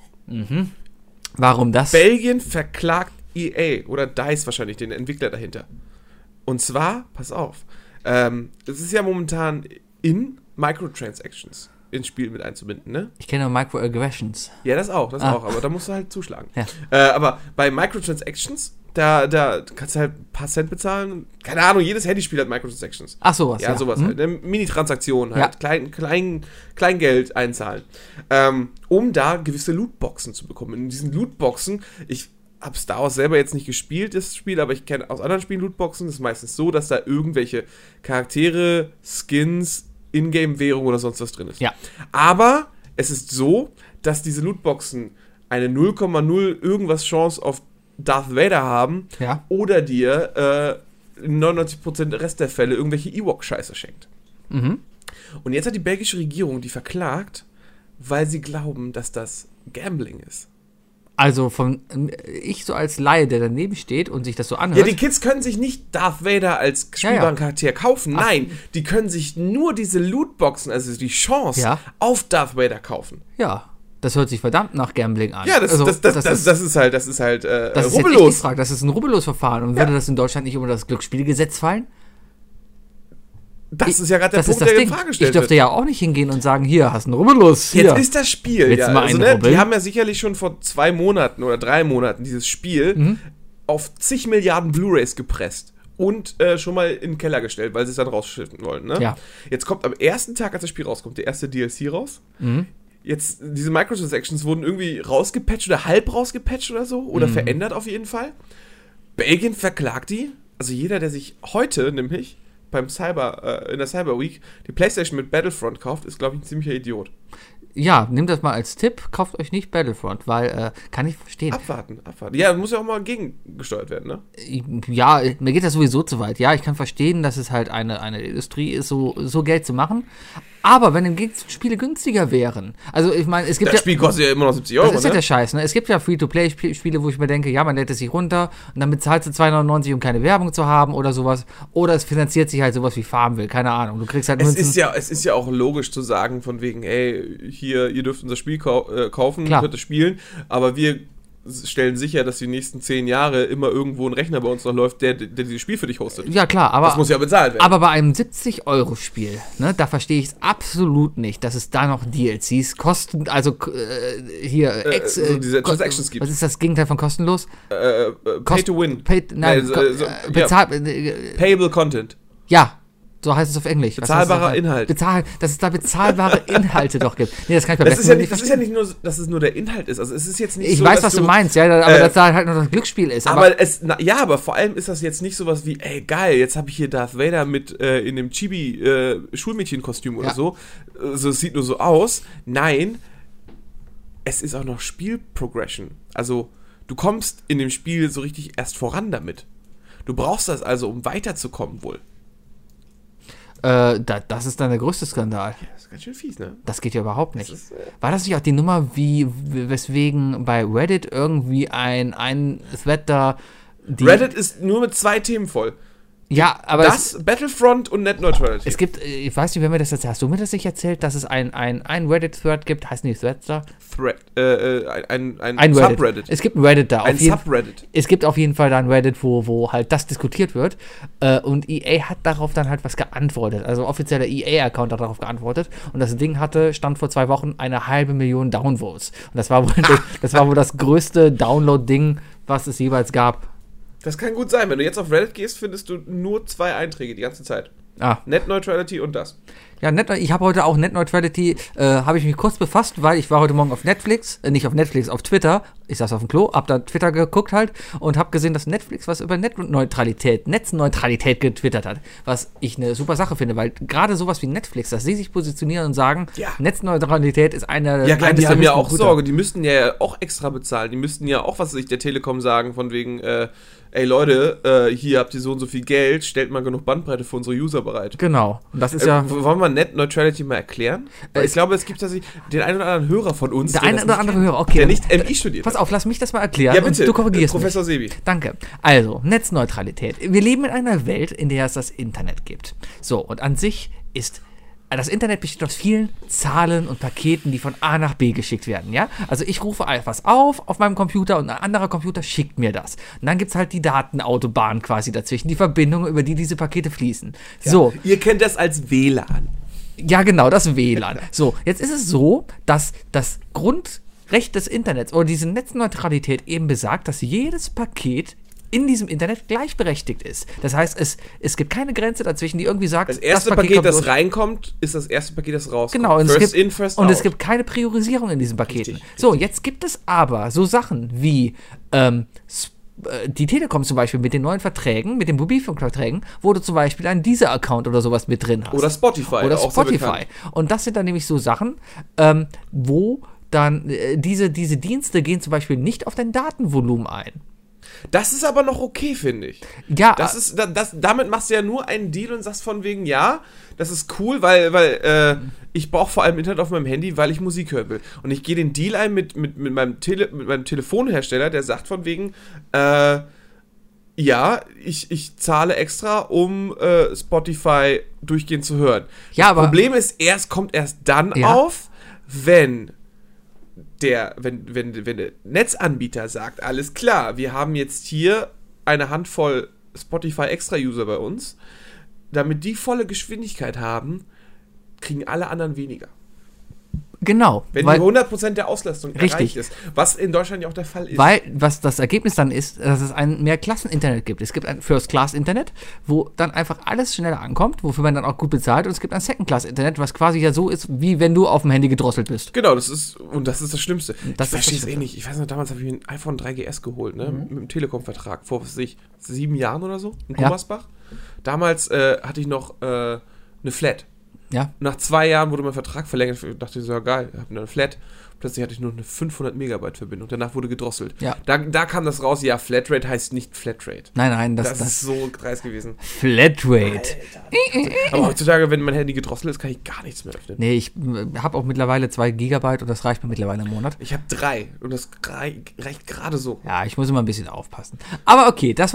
Warum das? Belgien verklagt EA oder DICE wahrscheinlich, den Entwickler dahinter. Und zwar, pass auf, es ist ja momentan in Microtransactions ins Spiel mit einzubinden, ne? Ich kenne nur Microaggressions. Ja, das auch, aber da musst du halt zuschlagen. Ja. Aber bei Microtransactions, da kannst du halt ein paar Cent bezahlen. Keine Ahnung, jedes Handyspiel hat Microtransactions. Ach, sowas. Ja, sowas halt. Ne? Mini-Transaktionen halt. Ja. Kleingeld einzahlen. Um da gewisse Lootboxen zu bekommen. In diesen Lootboxen, ich habe Star Wars selber jetzt nicht gespielt, das Spiel, aber ich kenne aus anderen Spielen Lootboxen. Das ist meistens so, dass da irgendwelche Charaktere, Skins, Ingame-Währung oder sonst was drin ist. Ja. Aber es ist so, dass diese Lootboxen eine 0,0 irgendwas Chance auf Darth Vader haben Ja. oder dir 99% der Rest der Fälle irgendwelche Ewok-Scheiße schenkt. Mhm. Und jetzt hat die belgische Regierung die verklagt, weil sie glauben, dass das Gambling ist. Also ich so als Laie, der daneben steht und sich das so Ja, anhört. die Kids können sich nicht Darth Vader als spielbaren Charakter kaufen. Ach. Nein, die können sich nur diese Lootboxen, also die Chance auf Darth Vader kaufen. Ja, das hört sich verdammt nach Gambling an. Ja, das ist halt das ist rubbellos. Jetzt das ist ein Rubbellos-Verfahren. Und würde das in Deutschland nicht unter das Glücksspielgesetz fallen? Das ist ja gerade der Das ist Punkt, das der Ding. in Frage gestellt Ich dürfte wird. ja auch nicht hingehen und sagen, hier, hast einen Rubbellos. Hier. Jetzt ist das Spiel, Willst ja. du mal Also, einen rubbeln? die haben ja sicherlich schon vor 2 Monaten oder 3 Monaten dieses Spiel auf zig Milliarden Blu-Rays gepresst und schon mal in den Keller gestellt, weil sie es dann rausschiffen wollen. Ne? Ja. Jetzt kommt am ersten Tag, als das Spiel rauskommt, der erste DLC raus. Jetzt, diese Microtransactions wurden irgendwie rausgepatcht oder halb rausgepatcht oder so, oder verändert auf jeden Fall. Belgien verklagt die, also jeder, der sich heute nämlich in der Cyber Week die PlayStation mit Battlefront kauft, ist, glaube ich, ein ziemlicher Idiot. Ja, nehmt das mal als Tipp, kauft euch nicht Battlefront, weil, kann ich verstehen. Abwarten. Ja, muss ja auch mal gegengesteuert werden, ne? Ja, mir geht das sowieso zu weit. Ja, ich kann verstehen, dass es halt eine Industrie ist, so Geld zu machen. Aber wenn im Gegenzug Spiele günstiger wären. Also ich meine, es gibt Das Spiel kostet ja immer noch 70 Euro, das ist ja ne? der Scheiß, ne? Es gibt ja Free-to-Play-Spiele, wo ich mir denke, ja, man lädt es sich runter und dann bezahlst du 2,99, um keine Werbung zu haben oder sowas. Oder es finanziert sich halt sowas wie Farmville, keine Ahnung. Du kriegst halt Es ist ja auch logisch zu sagen, von wegen, ey, hier, ihr dürft unser Spiel kaufen, Klar. könnt es spielen, aber wir stellen sicher, dass die nächsten 10 Jahre immer irgendwo ein Rechner bei uns noch läuft, der dieses Spiel für dich hostet. Ja, klar, aber... Das muss ja bezahlt werden. Aber bei einem 70-Euro-Spiel, ne, da verstehe ich es absolut nicht, dass es da noch DLCs kosten, also so diese Transactions gibt. Was ist das Gegenteil von kostenlos? Pay to win. Payable Content. Ja, so heißt es auf Englisch. Bezahlbarer Inhalt. Dass es da bezahlbare Inhalte doch gibt. Nee, das kann ich das ist ja nicht nur, dass es nur der Inhalt ist. Also es ist jetzt nicht ich so, weiß, was du meinst, ja, aber dass da halt noch das Glücksspiel ist. Aber vor allem ist das jetzt nicht sowas wie, ey, geil, jetzt habe ich hier Darth Vader mit in dem Chibi-Schulmädchenkostüm oder so. Also es sieht nur so aus. Nein, es ist auch noch Spielprogression. Also du kommst in dem Spiel so richtig erst voran damit. Du brauchst das also, um weiterzukommen wohl. Das ist dann der größte Skandal. Ja, das ist ganz schön fies, ne? Das geht ja überhaupt nicht. War das nicht auch die Nummer, weswegen bei Reddit irgendwie ein Thread da... Reddit ist nur mit 2 Themen voll. Ja, aber Battlefront und Net Neutrality. Es gibt, ich weiß nicht, wer mir das erzählt. Hast du mir das nicht erzählt, dass es ein Reddit-Thread gibt? Heißen die Threads da? Ein Subreddit. Es gibt ein Reddit da. Ein Subreddit. Es gibt auf jeden Fall da ein Reddit, wo halt das diskutiert wird. Und EA hat darauf dann halt was geantwortet. Also offizieller EA-Account hat darauf geantwortet. Und das Ding stand vor 2 Wochen 500.000 Downvotes. Und das war wohl das größte Download-Ding, was es jeweils gab. Das kann gut sein. Wenn du jetzt auf Reddit gehst, findest du nur 2 Einträge die ganze Zeit. Net Neutrality und das. Ja, ich habe heute auch Net Neutrality, habe ich mich kurz befasst, weil ich war heute Morgen auf Netflix, nicht auf Netflix, auf Twitter. Ich saß auf dem Klo, hab da Twitter geguckt halt und hab gesehen, dass Netflix was über Netzneutralität getwittert hat. Was ich eine super Sache finde, weil gerade sowas wie Netflix, dass sie sich positionieren und sagen, Netzneutralität ist eine... Ja klar, die haben ja auch Sorge, die müssten ja auch extra bezahlen. Die müssten ja auch, was weiß ich, der Telekom sagen, von wegen, ey Leute, hier habt ihr so und so viel Geld, stellt mal genug Bandbreite für unsere User bereit. Genau. Und das ist ja... Wollen wir Net Neutrality mal erklären? Weil ich glaube, es gibt tatsächlich den einen oder anderen Hörer von uns, der nicht MI studiert. Pass auf, lass mich das mal erklären. Ja, bitte. Und du korrigierst Professor mich. Sebi. Danke. Also, Netzneutralität. Wir leben in einer Welt, in der es das Internet gibt. So, und an sich ist... Das Internet besteht aus vielen Zahlen und Paketen, die von A nach B geschickt werden, ja? Also ich rufe etwas auf meinem Computer und ein anderer Computer schickt mir das. Und dann gibt es halt die Datenautobahn quasi dazwischen, die Verbindungen, über die diese Pakete fließen. Ja, so. Ihr kennt das als WLAN. Ja, genau, das WLAN. So, jetzt ist es so, dass das Grundrecht des Internets oder diese Netzneutralität eben besagt, dass jedes Paket in diesem Internet gleichberechtigt ist. Das heißt, es gibt keine Grenze dazwischen, die irgendwie sagt, das erste Paket, das reinkommt, ist das erste Paket, das rauskommt. Genau, und first out. Es gibt keine Priorisierung in diesen Paketen. Richtig. So, jetzt gibt es aber so Sachen wie die Telekom zum Beispiel mit den neuen Verträgen, mit den Mobilfunkverträgen, wo du zum Beispiel einen Deezer-Account oder sowas mit drin hast. Oder Spotify. Und das sind dann nämlich so Sachen, wo dann diese Dienste gehen zum Beispiel nicht auf dein Datenvolumen ein. Das ist aber noch okay, finde ich. Ja. Damit machst du ja nur einen Deal und sagst von wegen, ja, das ist cool, weil ich brauche vor allem Internet auf meinem Handy, weil ich Musik hören will. Und ich gehe den Deal ein mit meinem Telefonhersteller, der sagt von wegen, ja, ich zahle extra, um Spotify durchgehend zu hören. Ja, das Problem ist, kommt erst dann auf, wenn der Netzanbieter sagt, alles klar, wir haben jetzt hier eine Handvoll Spotify-Extra-User bei uns, damit die volle Geschwindigkeit haben, kriegen alle anderen weniger. Genau. Wenn die 100% der Auslastung erreicht ist, was in Deutschland ja auch der Fall ist. Weil, was das Ergebnis dann ist, dass es ein Mehrklassen-Internet gibt. Es gibt ein First-Class-Internet, wo dann einfach alles schneller ankommt, wofür man dann auch gut bezahlt, und es gibt ein Second-Class-Internet, was quasi ja so ist, wie wenn du auf dem Handy gedrosselt bist. Genau, das ist das Schlimmste. Ich verstehe es eh nicht. Ich weiß noch, damals habe ich mir ein iPhone 3GS geholt, ne, mit dem Telekom-Vertrag, vor, 7 Jahren oder so, in Gummersbach. Damals hatte ich noch eine Flat. Ja. Nach 2 Jahren wurde mein Vertrag verlängert. Ich dachte, so geil, ich habe eine Flat. Plötzlich hatte ich nur eine 500 Megabyte Verbindung. Danach wurde gedrosselt. Ja. Da kam das raus, ja, Flatrate heißt nicht Flatrate. Nein, das ist so dreist gewesen. Flatrate. Aber heutzutage, wenn mein Handy gedrosselt ist, kann ich gar nichts mehr öffnen. Nee, ich habe auch mittlerweile 2 Gigabyte und das reicht mir mittlerweile im Monat. Ich habe 3 und das reicht gerade so. Ja, ich muss immer ein bisschen aufpassen. Aber okay, das war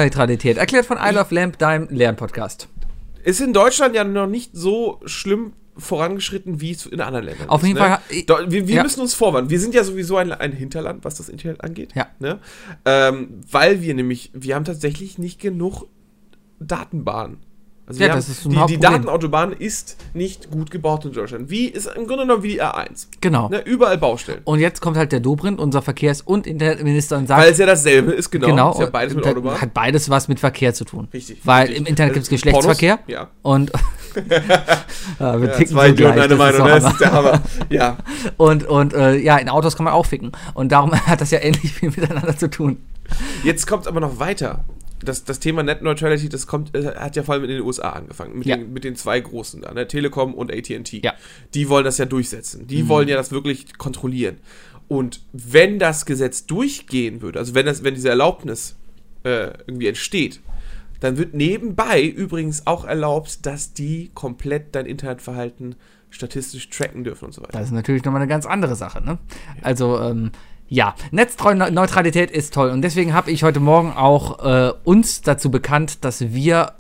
Netzneutralität. Erklärt von I Love Lamp, deinem Lernpodcast. Ist in Deutschland ja noch nicht so schlimm vorangeschritten, wie es in anderen Ländern Auf jeden Fall. Wir müssen uns vorwarnen. Wir sind ja sowieso ein Hinterland, was das Internet angeht. Ja. Ne? Weil wir haben tatsächlich nicht genug Datenbahnen. Also das ist ein die Hauptproblem. Datenautobahn ist nicht gut gebaut in Deutschland. Ist im Grunde genommen wie die A1. Genau. Ne? Überall Baustellen. Und jetzt kommt halt der Dobrindt, unser Verkehrs- und Internetminister, und sagt... Weil es ja dasselbe ist, genau. Ist ja beides mit da Autobahn. Hat beides was mit Verkehr zu tun. Richtig. Weil richtig. im Internet gibt es Geschlechtsverkehr. Pornos? Ja. Und wir ticken zwei so gleich. eine Meinung, das ist der Hammer. Ja. Und in Autos kann man auch ficken. Und darum hat das ja ähnlich viel miteinander zu tun. Jetzt kommt es aber noch weiter. Das Thema Net Neutrality, hat ja vor allem in den USA angefangen. Mit den zwei großen da, ne? Telekom und AT&T. Ja. Die wollen das ja durchsetzen. Die wollen ja das wirklich kontrollieren. Und wenn das Gesetz durchgehen würde, also wenn diese Erlaubnis irgendwie entsteht, dann wird nebenbei übrigens auch erlaubt, dass die komplett dein Internetverhalten statistisch tracken dürfen und so weiter. Das ist natürlich nochmal eine ganz andere Sache, ne? Ja. Also, Netzneutralität ist toll. Und deswegen habe ich heute Morgen auch uns dazu bekannt, dass wir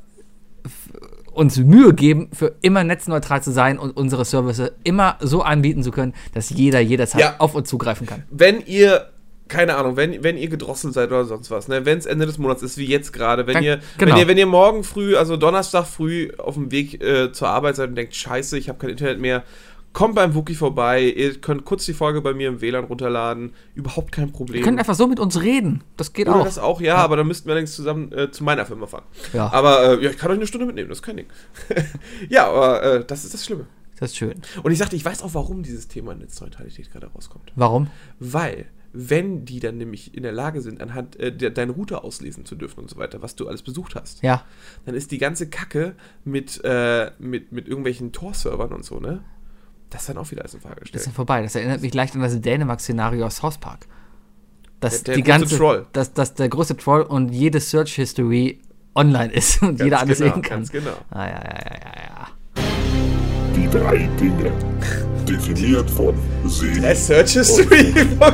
uns Mühe geben, für immer netzneutral zu sein und unsere Services immer so anbieten zu können, dass jeder jederzeit auf uns zugreifen kann. Wenn ihr, keine Ahnung, wenn ihr gedrosselt seid oder sonst was, ne, wenn es Ende des Monats ist, wie jetzt gerade, wenn ihr morgen früh, also Donnerstag früh auf dem Weg zur Arbeit seid und denkt, scheiße, ich habe kein Internet mehr, kommt beim Wookie vorbei, ihr könnt kurz die Folge bei mir im WLAN runterladen, überhaupt kein Problem. Ihr könnt einfach so mit uns reden, das geht auch. Das auch, ja, aber dann müssten wir allerdings zusammen zu meiner Firma fahren. Ja. Aber ich kann euch eine Stunde mitnehmen, das ist kein Ding. Ja, aber das ist das Schlimme. Das ist schön. Und ich sagte, ich weiß auch, warum dieses Thema Netzneutralität gerade rauskommt. Warum? Weil, wenn die dann nämlich in der Lage sind, anhand deinen Router auslesen zu dürfen und so weiter, was du alles besucht hast, ja, dann ist die ganze Kacke mit irgendwelchen Tor-Servern und so, ne? Das ist dann auch wieder als in Frage gestellt. Das ist dann vorbei. Das erinnert mich leicht an das Dänemark-Szenario aus South Park. Der große Troll. Dass der große Troll und jede Search-History online ist und jeder alles sehen kann. Ganz genau. Ja. Die 3 Dinge. Definiert von Sebi. Der Search History.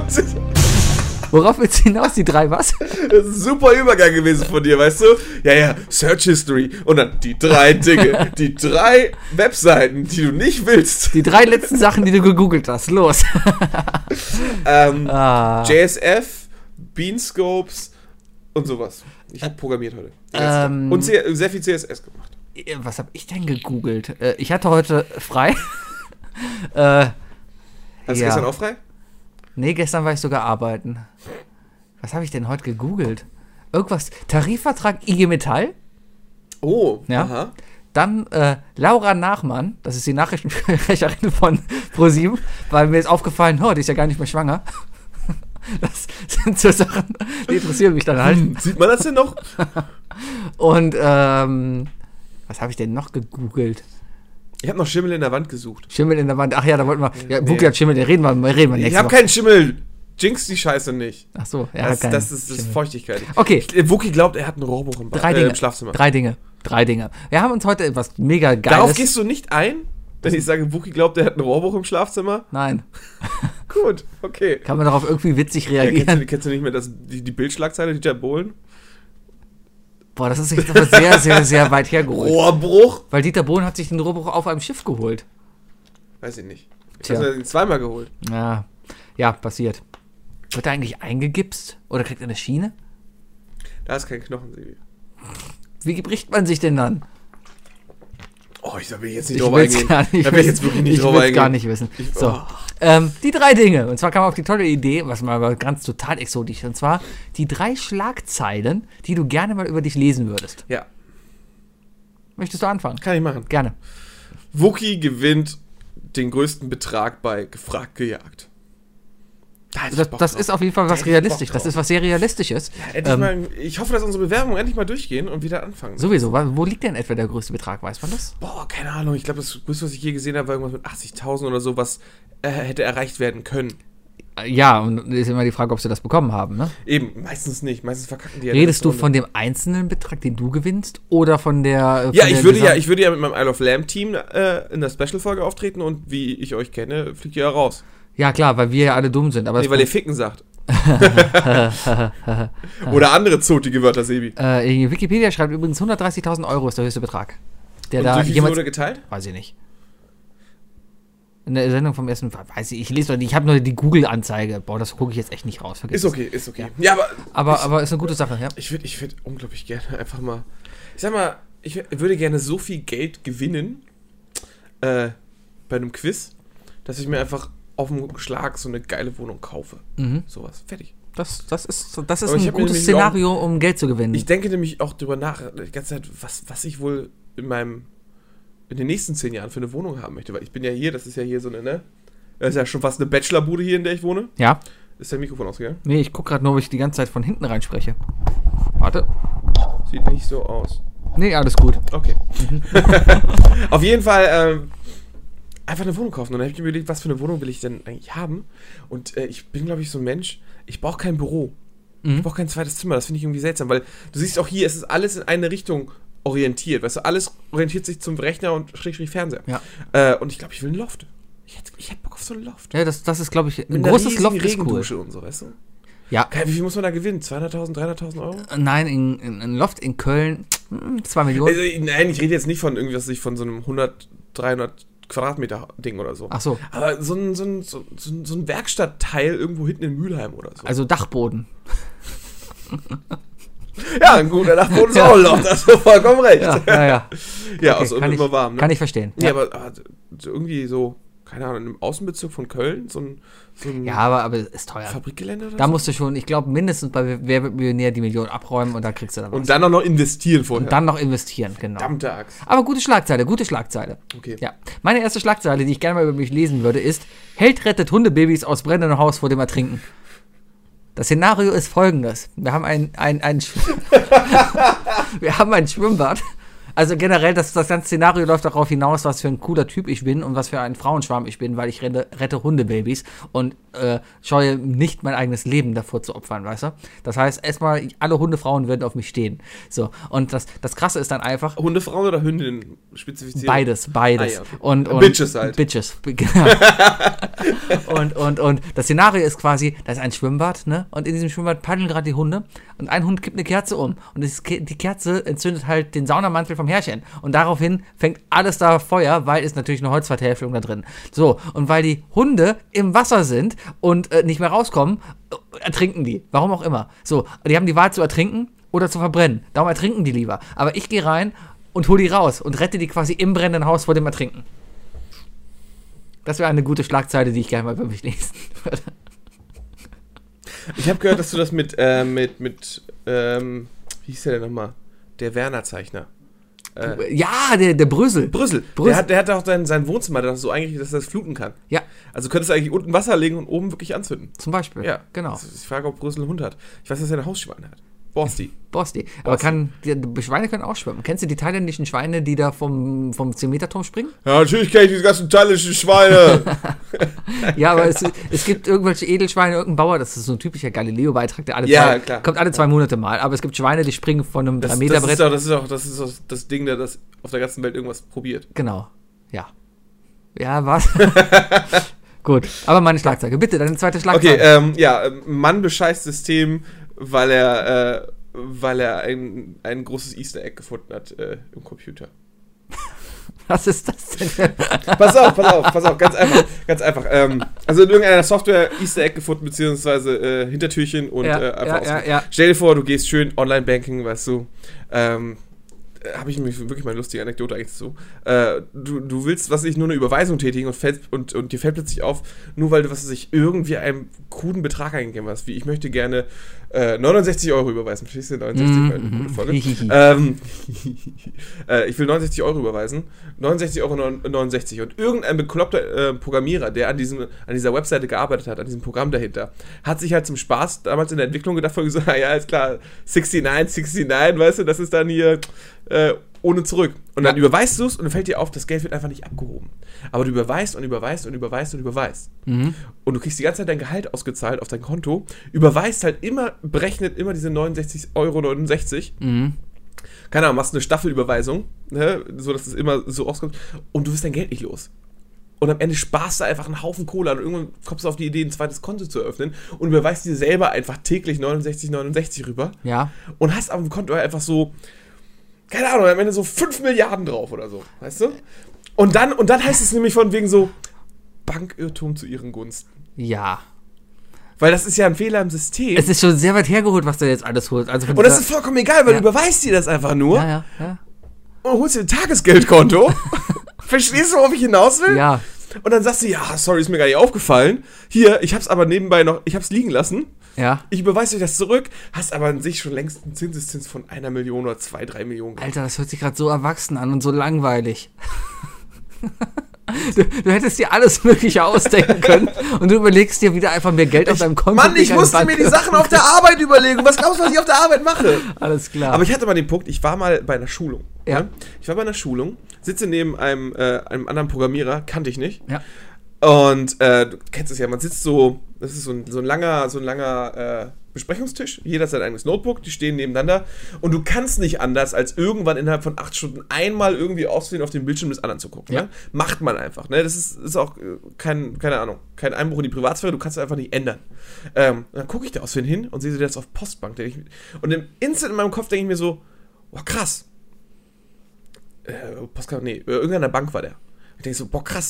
Worauf willst du hinaus? Die 3 was? Das ist ein super Übergang gewesen von dir, weißt du? Ja, Search History. Und dann die 3 Dinge. Die 3 Webseiten, die du nicht willst. Die 3 letzten Sachen, die du gegoogelt hast. Los. JSF, Beanscopes und sowas. Ich habe programmiert heute. Und sehr viel CSS gemacht. Was habe ich denn gegoogelt? Ich hatte heute frei. Hast du gestern auch frei? Nee, gestern war ich sogar arbeiten. Was habe ich denn heute gegoogelt? Irgendwas. Tarifvertrag IG Metall. Oh, ja. Aha. Dann Laura Nachmann, das ist die Nachrichtensprecherin von ProSieben, weil mir ist aufgefallen, die ist ja gar nicht mehr schwanger. Das sind so Sachen, die interessieren mich dann halt. Sieht man das denn noch? Und was habe ich denn noch gegoogelt? Ich habe noch Schimmel in der Wand gesucht. Schimmel in der Wand. Ach ja, da wollten wir. Ja, Wookie hat Schimmel, den reden wir nächstes Mal. Ich habe keinen Schimmel. Jinx die Scheiße nicht. Ach so, ja. Das ist Feuchtigkeit. Okay. Wookie glaubt, er hat einen Rohrbruch im Schlafzimmer. 3 Dinge. Wir haben uns heute etwas mega Geiles. Darauf gehst du nicht ein, wenn ich sage, Wookie glaubt, er hat einen Rohrbruch im Schlafzimmer? Nein. Gut, okay. Kann man darauf irgendwie witzig reagieren? Ja, kennst du nicht mehr die Bildschlagzeile Dieter Bohlen? Boah, das ist jetzt aber sehr, sehr, sehr weit hergeholt. Rohrbruch? Weil Dieter Bohlen hat sich den Rohrbruch auf einem Schiff geholt. Weiß ich nicht. Ich habe ihn zweimal geholt. Ja, passiert. Wird er eigentlich eingegipst? Oder kriegt er eine Schiene? Da ist kein Knochen, Sebi. Wie bricht man sich denn dann? Oh, da will ich jetzt nicht drauf eingehen. Da will ich jetzt wirklich nicht drauf eingehen. Ich will gar nicht wissen. Die 3 Dinge. Und zwar kam auf die tolle Idee, was mal aber ganz total exotisch. Und zwar die 3 Schlagzeilen, die du gerne mal über dich lesen würdest. Ja. Möchtest du anfangen? Kann ich machen. Gerne. Wookie gewinnt den größten Betrag bei Gefragt gejagt. Das ist auf jeden Fall was realistisch. Das ist was sehr Realistisches. Ja, ich hoffe, dass unsere Bewerbungen endlich mal durchgehen und wieder anfangen. Sowieso. Wo liegt denn etwa der größte Betrag? Weiß man das? Boah, keine Ahnung. Ich glaube, das größte, was ich je gesehen habe, war irgendwas mit 80.000 oder so, was hätte erreicht werden können. Ja, und ist immer die Frage, ob sie das bekommen haben, ne? Eben, meistens nicht. Meistens verkacken die ja. Redest du von dem einzelnen Betrag, den du gewinnst, oder von der... Ich würde ja mit meinem Isle of Lamb Team in der Special-Folge auftreten und wie ich euch kenne, fliegt ihr ja raus. Ja, klar, weil wir ja alle dumm sind. Aber weil ihr Ficken sagt. Oder andere zotige Wörter, Sebi. Wikipedia schreibt übrigens 130.000 € ist der höchste Betrag. Und durch wie viel wurde geteilt? Weiß ich nicht. In der Sendung vom ersten, weiß ich lese doch nicht, ich habe nur die Google-Anzeige. Boah, das gucke ich jetzt echt nicht raus. Ist okay. Ja, aber ist eine gute Sache, ja. Ich würde unglaublich gerne einfach mal, ich sag mal, ich würde gerne so viel Geld gewinnen bei einem Quiz, dass ich mir einfach auf dem Schlag so eine geile Wohnung kaufe. Sowas, fertig. Das ist ein gutes Szenario, um Geld zu gewinnen. Ich denke nämlich auch drüber nach, die ganze Zeit, was ich wohl in den nächsten 10 Jahren für eine Wohnung haben möchte. Weil ich bin ja hier, das ist ja hier so eine, ne? Das ist ja schon fast eine Bachelorbude hier, in der ich wohne. Ja. Ist dein Mikrofon ausgegangen? Nee, ich gucke gerade nur, ob ich die ganze Zeit von hinten reinspreche. Warte. Sieht nicht so aus. Nee, alles gut. Okay. Auf jeden Fall einfach eine Wohnung kaufen. Und dann habe ich mir überlegt, was für eine Wohnung will ich denn eigentlich haben? Und ich bin, glaube ich, so ein Mensch, ich brauche kein Büro. Ich brauche kein zweites Zimmer. Das finde ich irgendwie seltsam, weil du siehst auch hier, es ist alles in eine Richtung orientiert. Weißt du, alles orientiert sich zum Rechner und Schrägstrich Fernseher. Ja. Und ich glaube, ich will ein Loft. Ich hätte Bock auf so ein Loft. Ja, das ist, glaube ich, ein Mit großes einer Loft ist Regendusche cool. und so, weißt du? Ja. Wie viel muss man da gewinnen? 200.000, 300.000 Euro? Nein, ein Loft in Köln, 2 Millionen. Also, nein, ich rede jetzt nicht von irgendwas, von so einem 100, 300 Quadratmeter Ding oder so. Ach so. Aber so ein Werkstattteil irgendwo hinten in Mülheim oder so. Also Dachboden. Ja, ein guter Dachboden ist auch ein Loft, hast du vollkommen recht. Ja. Ja, Okay, und immer warm, ne? Kann ich verstehen. Ja, aber so irgendwie so, keine Ahnung, im Außenbezirk von Köln, so ein Ja, aber ist teuer. Fabrikgelände oder Da so? musst du schon, ich glaube, mindestens bei Wer wird Millionär die Million abräumen und da kriegst du dann was. Und dann auch noch investieren vorher. Und dann noch investieren, genau. Verdammte Axt. Aber gute Schlagzeile. Okay. Ja. Meine erste Schlagzeile, die ich gerne mal über mich lesen würde, ist: Held rettet Hundebabys aus brennendem Haus vor dem Ertrinken. Das Szenario ist folgendes. Wir haben wir haben ein Schwimmbad. Also generell, das ganze Szenario läuft darauf hinaus, was für ein cooler Typ ich bin und was für ein Frauenschwarm ich bin, weil ich rette Hundebabys und scheue nicht mein eigenes Leben davor zu opfern, weißt du? Das heißt, erstmal, alle Hundefrauen würden auf mich stehen. So, und das Krasse ist dann einfach... Hundefrauen oder Hündinnen spezifizieren? Beides. Ah, ja, okay. Und Bitches halt. Bitches, genau. und das Szenario ist quasi, da ist ein Schwimmbad, ne? Und in diesem Schwimmbad paddeln gerade die Hunde und ein Hund kippt eine Kerze um. Und die Kerze entzündet halt den Saunamantel vom Herrchen. Und daraufhin fängt alles da Feuer, weil ist natürlich eine Holzvertäfelung da drin. So, und weil die Hunde im Wasser sind und nicht mehr rauskommen, ertrinken die. Warum auch immer. So, die haben die Wahl zu ertrinken oder zu verbrennen. Darum ertrinken die lieber. Aber ich gehe rein und hole die raus und rette die quasi im brennenden Haus vor dem Ertrinken. Das wäre eine gute Schlagzeile, die ich gerne mal über mich lesen würde. Ich habe gehört, dass du das mit wie hieß der denn nochmal? Der Werner-Zeichner. Ja, der Brösel. Der hat auch sein Wohnzimmer, das so eigentlich, dass er das fluten kann. Ja. Also könntest du eigentlich unten Wasser legen und oben wirklich anzünden. Zum Beispiel. Ja, genau. Also ich frage, ob Brösel einen Hund hat. Ich weiß, dass er eine Hausschweine hat. Borsti. Aber die Schweine können auch schwimmen. Kennst du die thailändischen Schweine, die da vom 10-Meter-Turm springen? Ja, natürlich kenne ich diese ganzen thailändischen Schweine. Ja, aber es gibt irgendwelche Edelschweine, irgendein Bauer, das ist so ein typischer Galileo-Beitrag, der kommt alle 2 Monate mal. Aber es gibt Schweine, die springen von einem 3-Meter-Brett. Das ist auch das Ding, das auf der ganzen Welt irgendwas probiert. Genau. Ja. Ja, was? Gut, aber meine Schlagzeile. Bitte, deine zweite Schlagzeile. Okay, Mann bescheißt System, weil er ein großes Easter Egg gefunden hat im Computer. Was ist das denn? Pass auf, ganz einfach. Also in irgendeiner Software Easter Egg gefunden, beziehungsweise Hintertürchen und einfach Stell dir vor, du gehst schön Online-Banking, weißt du, habe ich nämlich wirklich mal eine lustige Anekdote eigentlich so. Du willst, nur eine Überweisung tätigen und dir fällt plötzlich auf, nur weil du, irgendwie einen kruden Betrag eingegeben hast, wie ich möchte gerne 69 Euro überweisen. Verstehst du? 69, gute Folge. Ich will 69 Euro überweisen. 69,69 Euro. Und irgendein bekloppter Programmierer, der an dieser Webseite gearbeitet hat, an diesem Programm dahinter, hat sich halt zum Spaß damals in der Entwicklung gedacht, so, ja, ist klar, 69, weißt du, das ist dann hier ohne zurück. Und dann überweist du es und dann fällt dir auf, das Geld wird einfach nicht abgehoben. Aber du überweist. Mhm. Und du kriegst die ganze Zeit dein Gehalt ausgezahlt auf dein Konto, überweist halt berechnet immer diese 69,69 Euro. Mhm. Keine Ahnung, machst eine Staffelüberweisung, ne, so dass es immer so rauskommt und du wirst dein Geld nicht los. Und am Ende sparst du einfach einen Haufen Kohle an und irgendwann kommst du auf die Idee, ein zweites Konto zu eröffnen und überweist dir selber einfach täglich 69 rüber. Ja. Und hast auf dem Konto einfach so, keine Ahnung, am Ende so 5 Milliarden drauf oder so, weißt du? Und dann heißt es nämlich von wegen so, Bankirrtum zu ihren Gunsten. Ja. Weil das ist ja ein Fehler im System. Es ist schon sehr weit hergeholt, was du jetzt alles holst. Also und das ist vollkommen egal, weil du überweist dir das einfach nur ja. und holst dir ein Tagesgeldkonto. Verstehst du, worauf ich hinaus will? Ja. Und dann sagst du, ja, sorry, ist mir gar nicht aufgefallen. Hier, ich hab's aber nebenbei noch, ich hab's liegen lassen. Ja. Ich überweise euch das zurück, hast aber an sich schon längst einen Zinseszins von 1 Million oder 2, 3 Millionen. Alter, das hört sich gerade so erwachsen an und so langweilig. Du hättest dir alles Mögliche ausdenken können und du überlegst dir wieder einfach mehr Geld auf deinem Konto. Mann, ich musste mir die Sachen auf der Arbeit überlegen. Was glaubst du, was ich auf der Arbeit mache? Alles klar. Aber ich hatte mal den Punkt, ich war mal bei einer Schulung. Ja. Ne? Ich war bei einer Schulung, sitze neben einem anderen Programmierer, kannte ich nicht. Ja. Und du kennst es ja, man sitzt so, das ist so ein langer Besprechungstisch, jeder hat sein eigenes Notebook, die stehen nebeneinander und du kannst nicht anders, als irgendwann innerhalb von 8 Stunden einmal irgendwie aussehen auf den Bildschirm des anderen zu gucken. Ja. Ne? Macht man einfach. Ne? Das ist auch keine Ahnung, kein Einbruch in die Privatsphäre, du kannst es einfach nicht ändern. Dann gucke ich da aus hin und sehe das auf Postbank. Und im Instant in meinem Kopf denke ich mir so, boah, krass. Irgendeiner Bank war der. Ich denke so, boah, krass.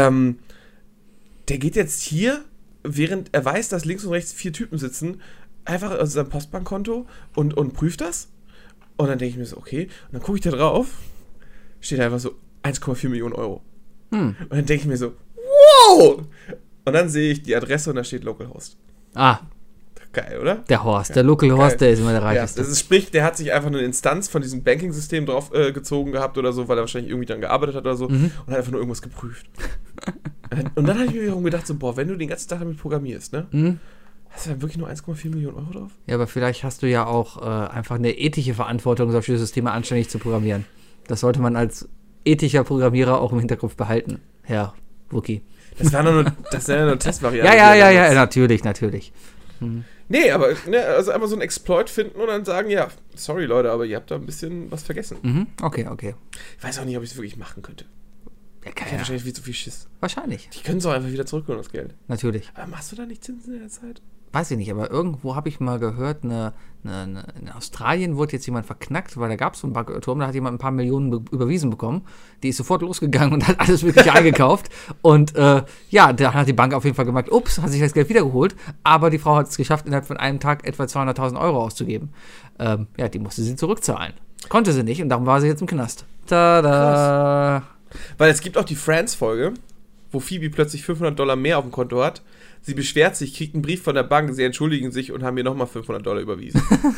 Der geht jetzt hier, während er weiß, dass links und rechts 4 Typen sitzen, einfach aus seinem Postbankkonto und prüft das. Und dann denke ich mir so, okay. Und dann gucke ich da drauf, steht einfach so 1,4 Millionen Euro. Und dann denke ich mir so, wow! Und dann sehe ich die Adresse und da steht Localhost. Ah. Geil, oder? Der Horst, der Localhost, der ist immer der reichste. Ja, das ist, sprich, der hat sich einfach eine Instanz von diesem Banking-System drauf gezogen gehabt oder so, weil er wahrscheinlich irgendwie dann gearbeitet hat oder so und hat einfach nur irgendwas geprüft. Und dann habe ich mir wiederum gedacht, so, boah, wenn du den ganzen Tag damit programmierst, ne? Hast du da wirklich nur 1,4 Millionen Euro drauf? Ja, aber vielleicht hast du ja auch einfach eine ethische Verantwortung, solche Systeme anständig zu programmieren. Das sollte man als ethischer Programmierer auch im Hinterkopf behalten, Herr Wookie. Das war nur eine Testvariante. Ja, natürlich. Nee, aber also einfach so ein Exploit finden und dann sagen, ja, sorry Leute, aber ihr habt da ein bisschen was vergessen. Okay. Ich weiß auch nicht, ob ich es wirklich machen könnte. Ja, Ich habe wahrscheinlich viel zu viel Schiss. Wahrscheinlich. Die können es auch einfach wieder zurückholen, das Geld. Natürlich. Aber machst du da nicht Zinsen in der Zeit? Weiß ich nicht, aber irgendwo habe ich mal gehört, in Australien wurde jetzt jemand verknackt, weil da gab es so einen Bankirrtum, da hat jemand ein paar Millionen überwiesen bekommen. Die ist sofort losgegangen und hat alles Mögliche eingekauft. Und da hat die Bank auf jeden Fall gemerkt, ups, hat sich das Geld wiedergeholt. Aber die Frau hat es geschafft, innerhalb von einem Tag etwa 200.000 Euro auszugeben. Die musste sie zurückzahlen. Konnte sie nicht und darum war sie jetzt im Knast. Tada! Krass. Weil es gibt auch die Friends-Folge, wo Phoebe plötzlich $500 mehr auf dem Konto hat. Sie beschwert sich, kriegt einen Brief von der Bank, sie entschuldigen sich und haben ihr nochmal $500 überwiesen.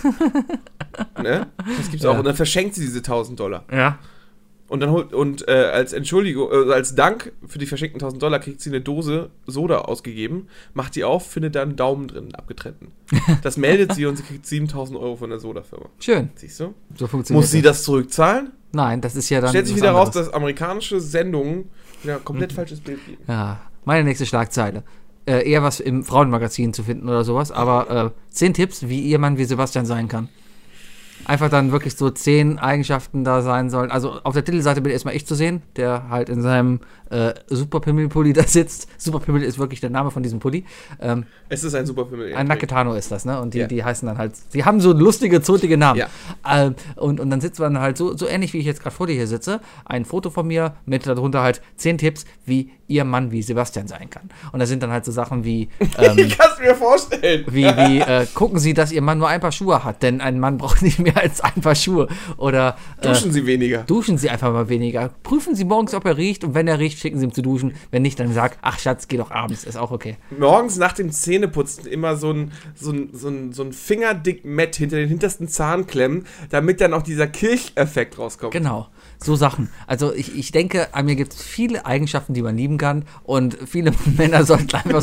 Ne? Das gibt's auch. Und dann verschenkt sie diese $1.000. Ja. Und dann als Entschuldigung, als Dank für die verschenkten $1.000 kriegt sie eine Dose Soda ausgegeben, macht die auf, findet da einen Daumen drin, abgetrennten. Das meldet sie und sie kriegt 7.000 Euro von der Soda-Firma. Schön. Siehst du? So funktioniert Muss sie das zurückzahlen? Nein, das ist ja dann. Stellt sich wieder raus, dass amerikanische Sendungen komplett falsches Bild geben. Ja, meine nächste Schlagzeile. Eher was im Frauenmagazin zu finden oder sowas, aber 10 Tipps, wie ihr Mann wie Sebastian sein kann. Einfach dann wirklich so 10 Eigenschaften da sein sollen. Also auf der Titelseite bin erstmal ich zu sehen, der halt in seinem Superpimmel-Pulli da sitzt. Superpimmel ist wirklich der Name von diesem Pulli. Es ist ein Superpimmel. Ein Naketano ist das, ne? Und die heißen dann halt, die haben so lustige, zotige Namen. Ja. Und dann sitzt man halt so ähnlich, wie ich jetzt gerade vor dir hier sitze. Ein Foto von mir mit darunter halt 10 Tipps, wie ihr Mann wie Sebastian sein kann. Und da sind dann halt so Sachen wie ich kann es mir vorstellen. Wie gucken Sie, dass Ihr Mann nur ein paar Schuhe hat, denn ein Mann braucht nicht mehr als ein paar Schuhe. Oder duschen Sie weniger. Duschen Sie einfach mal weniger. Prüfen Sie morgens, ob er riecht, und wenn er riecht, schicken Sie ihm zu duschen. Wenn nicht, dann sag, ach Schatz, geh doch abends, ist auch okay. Morgens nach dem Zähneputzen immer so ein Fingerdick Matt hinter den hintersten Zahn klemmen, damit dann auch dieser Kircheffekt rauskommt. Genau, so Sachen. Also ich denke, an mir gibt es viele Eigenschaften, die man lieben kann, und viele Männer sollten einfach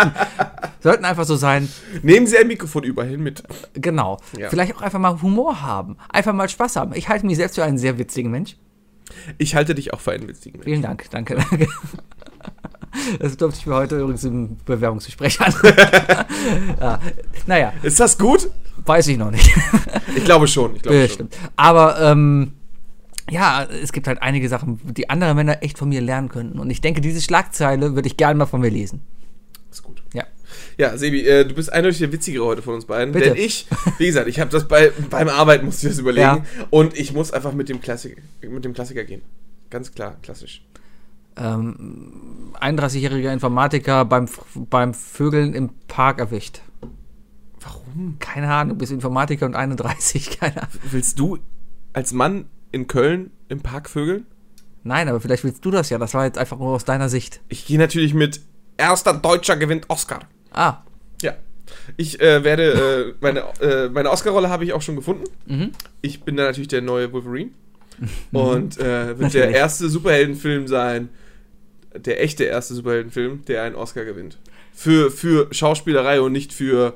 so sein. Nehmen Sie ein Mikrofon überall mit. Genau. Ja. Vielleicht auch einfach mal Humor haben. Einfach mal Spaß haben. Ich halte mich selbst für einen sehr witzigen Mensch. Ich halte dich auch für einen witzigen Mensch. Vielen Dank, danke. Das durfte ich mir heute übrigens im Bewerbungsgespräch an. Ja, naja. Ist das gut? Weiß ich noch nicht. Ich glaube schon. Stimmt. Aber ja, es gibt halt einige Sachen, die andere Männer echt von mir lernen könnten. Und ich denke, diese Schlagzeile würde ich gerne mal von mir lesen. Ist gut. Ja. Ja, Sebi, du bist eindeutig der Witzigere heute von uns beiden. Bitte. Denn wie gesagt, ich habe das beim Arbeiten musste ich das überlegen. Ja. Und ich muss einfach mit dem Klassiker gehen. Ganz klar, klassisch. 31-jähriger Informatiker beim Vögeln im Park erwischt. Warum? Keine Ahnung, du bist Informatiker und 31, keine Ahnung. Willst du als Mann in Köln im Park vögeln? Nein, aber vielleicht willst du das ja. Das war jetzt einfach nur aus deiner Sicht. Ich gehe natürlich mit erster Deutscher gewinnt Oscar. Ah. Ja. Ich werde, meine Oscar-Rolle habe ich auch schon gefunden. Mhm. Ich bin da natürlich der neue Wolverine. Und wird der erste Superheldenfilm sein, der echte erste Superheldenfilm, der einen Oscar gewinnt. Für Schauspielerei und nicht für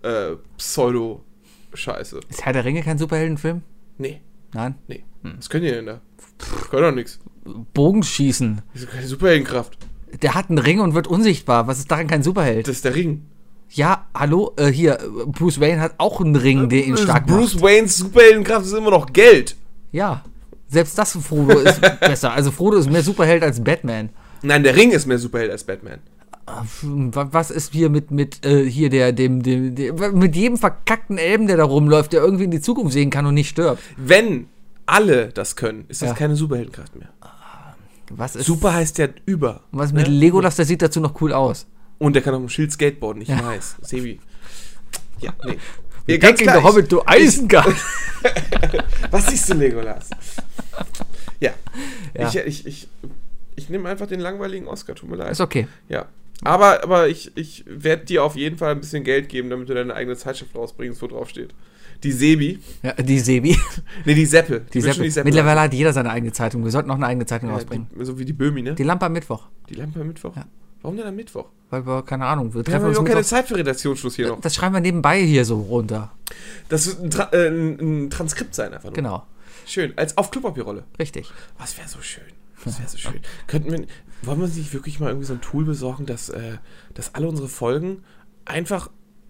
Pseudo-Scheiße. Ist Herr der Ringe kein Superheldenfilm? Nee. Nein? Nee. Was können die denn da? Können doch nichts. Bogenschießen. Das ist keine Superheldenkraft. Der hat einen Ring und wird unsichtbar. Was ist daran kein Superheld? Das ist der Ring. Ja, hallo, hier, Bruce Wayne hat auch einen Ring, der ihn stark macht. Bruce Waynes Superheldenkraft ist immer noch Geld. Ja, selbst das für Frodo ist besser. Also Frodo ist mehr Superheld als Batman. Nein, der Ring ist mehr Superheld als Batman. Was ist hier mit hier mit jedem verkackten Elben, der da rumläuft, der irgendwie in die Zukunft sehen kann und nicht stirbt? Wenn alle das können, ist das keine Superheldenkraft mehr. Was ist, Super heißt ja über. was mit Legolas, der sieht dazu noch cool aus. Und der kann auf dem Schild skateboarden, ich weiß. Sebi. Ja, nee. Wir denken der Hobbit, du Eisengeist. Was siehst du, Legolas? Ja. Ich nehme einfach den langweiligen Oscar, tut mir leid. Ist okay. Ja. Aber ich werde dir auf jeden Fall ein bisschen Geld geben, damit du deine eigene Zeitschrift rausbringst, wo drauf steht. Die Sebi. Ja, die Sebi. Nee, die Seppel. Die Seppel. Mittlerweile hat jeder seine eigene Zeitung. Wir sollten noch eine eigene Zeitung rausbringen. So wie die Böhmi, ne? Die Lampe am Mittwoch. Die Lampe am Mittwoch? Ja. Warum denn am Mittwoch? Weil wir, keine Ahnung, wir Wir haben treffen uns ja keine Mittwoch. Zeit für Redaktionsschluss hier noch. Das schreiben wir nebenbei hier so runter. Das wird ein Transkript sein einfach nur. Genau. Schön. Als auf Klopapierrolle. Richtig. Das wäre so schön. Das wäre so schön. Wollen wir uns nicht wirklich mal irgendwie so ein Tool besorgen, dass alle unsere Folgen einfach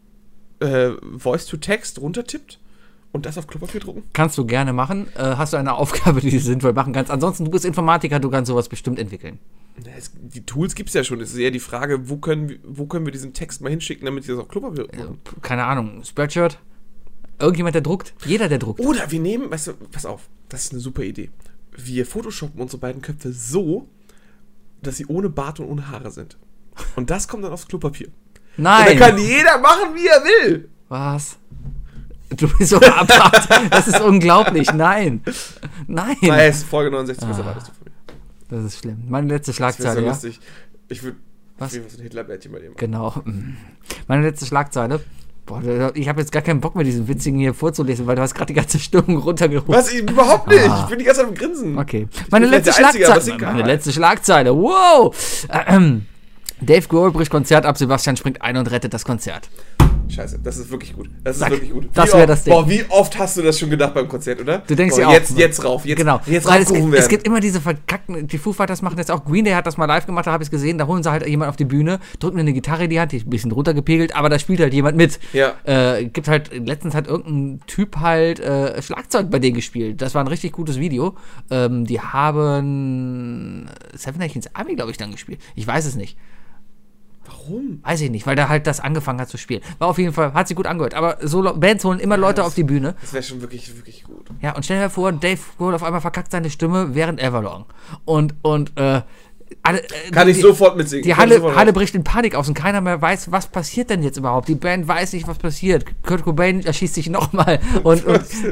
Voice-to-Text runtertippt und das auf Klopapier drucken? Kannst du gerne machen. Hast du eine Aufgabe, die du sinnvoll machen kannst. Ansonsten, du bist Informatiker, du kannst sowas bestimmt entwickeln. Die Tools gibt es ja schon. Es ist eher die Frage, wo können wir diesen Text mal hinschicken, damit die das auf Klopapier drucken? Keine Ahnung, Spreadshirt? Irgendjemand, der druckt? Jeder, der druckt. Oder wir nehmen, weißt du, pass auf, das ist eine super Idee. Wir photoshoppen unsere beiden Köpfe so, dass sie ohne Bart und ohne Haare sind. Und das kommt dann aufs Klopapier. Nein! Und dann kann jeder machen, wie er will. Was? Du bist so abhart. Das ist unglaublich. Nein. Nein. Nice, Folge 69, was erwartest du von mir? Das ist schlimm. Meine letzte Das wäre Schlagzeile, so ja? lustig. Ich würde Was? so ein Hitlerblättchen bei dem machen. Genau. Meine letzte Schlagzeile. Boah, ich habe jetzt gar keinen Bock mehr, diesen witzigen hier vorzulesen, weil du hast gerade die ganze Stimmung runtergeholt. Was? Überhaupt nicht. Ich bin die ganze Zeit am Grinsen. Okay. Ich Meine bin letzte vielleicht der Einzige, aber es ist Schlagzeile. egal. Meine letzte Schlagzeile. Wow. Dave Grohl bricht Konzert ab, Sebastian springt ein und rettet das Konzert. Scheiße, das ist wirklich gut. Das ist Sag, wirklich gut. das Wie wäre oft- das Ding. Boah, wie oft hast du das schon gedacht beim Konzert, oder? Du denkst Boah, ja auch. Jetzt rauf. Jetzt Genau. Jetzt Weil raufgerufen es werden. gibt immer diese verkackten, die Foo Fighters machen jetzt auch, Green Day hat das mal live gemacht, da habe ich es gesehen, da holen sie halt jemand auf die Bühne, drücken eine Gitarre in die Hand, die ist ein bisschen runtergepegelt, aber da spielt halt jemand mit. Ja. Gibt halt, letztens hat irgendein Typ halt Schlagzeug bei denen gespielt. Das war ein richtig gutes Video. Die haben Seven Nation Army, glaube ich, dann gespielt. Ich weiß es nicht. Warum? Weiß ich nicht, weil der halt das angefangen hat zu spielen. War auf jeden Fall, hat sich gut angehört. Aber so Bands holen immer Leute auf die Bühne. Das wäre schon wirklich, wirklich gut. Ja, und stell dir vor, Dave Grohl auf einmal verkackt seine Stimme während Everlong. Und alle, Kann ich sofort mitsingen. Die Kann ich sofort Halle bricht in Panik aus und keiner mehr weiß, was passiert denn jetzt überhaupt. Die Band weiß nicht, was passiert. Kurt Cobain erschießt sich nochmal. Und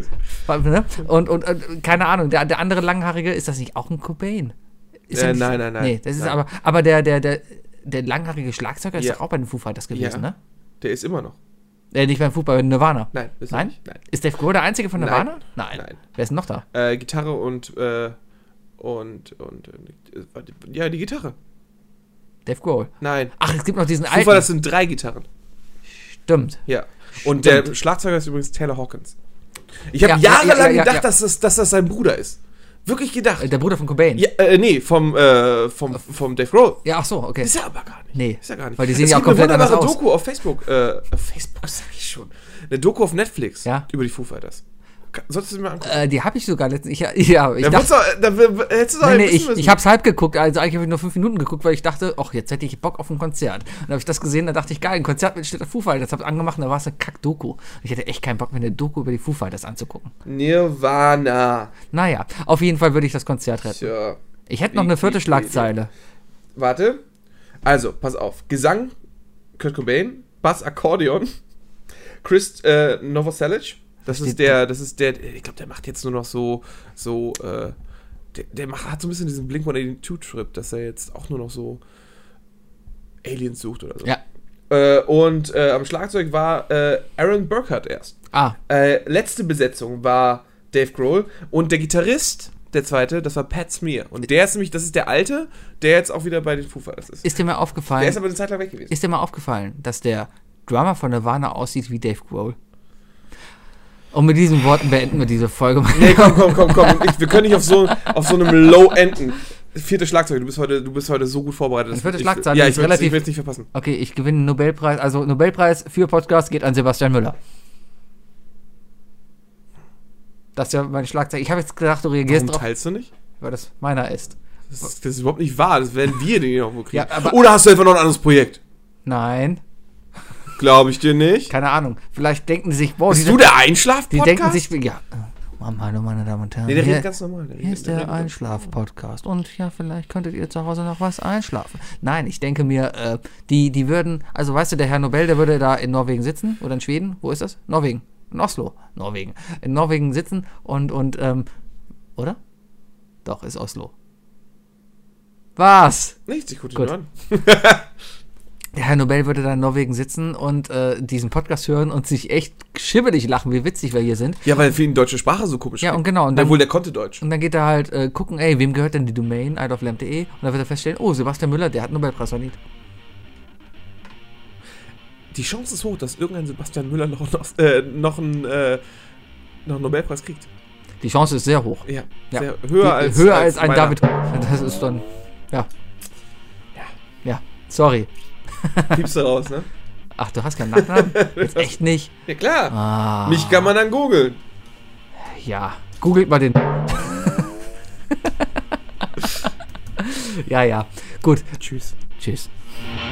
keine Ahnung, der andere Langhaarige, ist das nicht auch ein Cobain? Ist er nicht? Nein. Nee, das ist Nein. aber der langhaarige Schlagzeuger ist Ja. doch auch bei den Foo Fighters gewesen, Ja. ne? Der ist immer noch. Nicht bei den Foo Fighters, bei Nirvana. Nein, ist er Nein? nicht. Nein. Ist Dave Grohl der einzige von Nirvana? Nein. Wer ist denn noch da? Gitarre und ja, die Gitarre. Dave Grohl. Nein. Ach, es gibt noch diesen Zufall, das sind 3 Gitarren. Stimmt. Ja. Und Stimmt. der Schlagzeuger ist übrigens Taylor Hawkins. Ich habe Ja, jahrelang ja. gedacht, dass das sein Bruder ist. Wirklich gedacht. Der Bruder von Cobain. Ja, nee, vom Dave Grohl. Ja, ach so, okay. Ist er aber gar nicht. Nee. Ist er gar nicht. Weil die sehen Es ja auch gibt komplett eine anders wunderbare aus. Doku auf Facebook. Facebook sag ich schon. Eine Doku auf Netflix Ja. über die Foo Fighters. Solltest du dir mal angucken? Die habe ich sogar letztens. Ich Hättest du doch ich habe es halb geguckt. Also eigentlich habe ich nur 5 Minuten geguckt, weil ich dachte, ach, jetzt hätte ich Bock auf ein Konzert. Und dann habe ich das gesehen, da dachte ich, geil, ein Konzert mit Steht Foo Fighters. Das habe ich angemacht und da war es eine Kack-Doku. Ich hatte echt keinen Bock, mir eine Doku über die Foo Fighters anzugucken. Nirvana. Naja, auf jeden Fall würde ich das Konzert retten. Tja. Ich hätte noch eine 4. Schlagzeile. Warte. Also, pass auf. Gesang, Kurt Cobain. Bass, Akkordeon. Chris Novoselic. Das ist der, ich glaube, der macht jetzt nur noch hat so ein bisschen diesen Blink-182-Trip, dass er jetzt auch nur noch so Aliens sucht oder so. Ja. Und am Schlagzeug war Aaron Burkhardt erst. Letzte Besetzung war Dave Grohl und der Gitarrist, der zweite, das war Pat Smear. Und das ist der Alte, der jetzt auch wieder bei den Foo Fighters ist. Ist dir mal aufgefallen? Der ist aber eine Zeit lang weg gewesen. Ist dir mal aufgefallen, dass der Drummer von Nirvana aussieht wie Dave Grohl? Und mit diesen Worten beenden wir diese Folge. Nee, komm. Wir können nicht auf so einem Low enden. 4. Schlagzeug, du bist heute so gut vorbereitet. 4. Schlagzeug, ich will es nicht verpassen. Okay, ich gewinne einen Nobelpreis. Also Nobelpreis für Podcast geht an Sebastian Müller. Das ist ja mein Schlagzeug. Ich habe jetzt gedacht, du reagierst drauf. Warum teilst du nicht? Weil das meiner ist. Das ist überhaupt nicht wahr. Das werden wir den irgendwo kriegen. Ja, oder hast du einfach noch ein anderes Projekt? Nein. Glaube ich dir nicht. Keine Ahnung. Vielleicht denken sie sich, boah, bist du der Einschlaf-Podcast? Die denken sich, ja. Hallo, meine Damen und Herren. Nee, der redet ganz normal. Hier ist der Einschlaf-Podcast. Und ja, vielleicht könntet ihr zu Hause noch was einschlafen. Nein, ich denke mir, die würden, also weißt du, der Herr Nobel, der würde da in Norwegen sitzen oder in Schweden. Wo ist das? Norwegen. In Oslo. Norwegen. In Norwegen sitzen und oder? Doch, ist Oslo. Was? Nichts, ich gucke Gut. dir an. Der Herr Nobel würde da in Norwegen sitzen und diesen Podcast hören und sich echt schibbelig lachen, wie witzig wir hier sind. Ja, weil für ihn deutsche Sprache so komisch Ja, und genau. Und dann, der konnte Deutsch. Und dann geht er halt gucken, wem gehört denn die Domain, isleoflamp.de, und dann wird er feststellen, oh, Sebastian Müller, der hat einen Nobelpreis verdient. Die Chance ist hoch, dass irgendein Sebastian Müller noch einen Nobelpreis kriegt. Die Chance ist sehr hoch. Ja. Ja. Höher als ein meiner. David. Das ist dann, ja, sorry. Piepst du raus, ne? Ach, du hast keinen Nachnamen? Jetzt echt nicht? Ja, klar. Ah. Mich kann man dann googeln. Ja, googelt mal den. Ja, gut. Tschüss. Tschüss.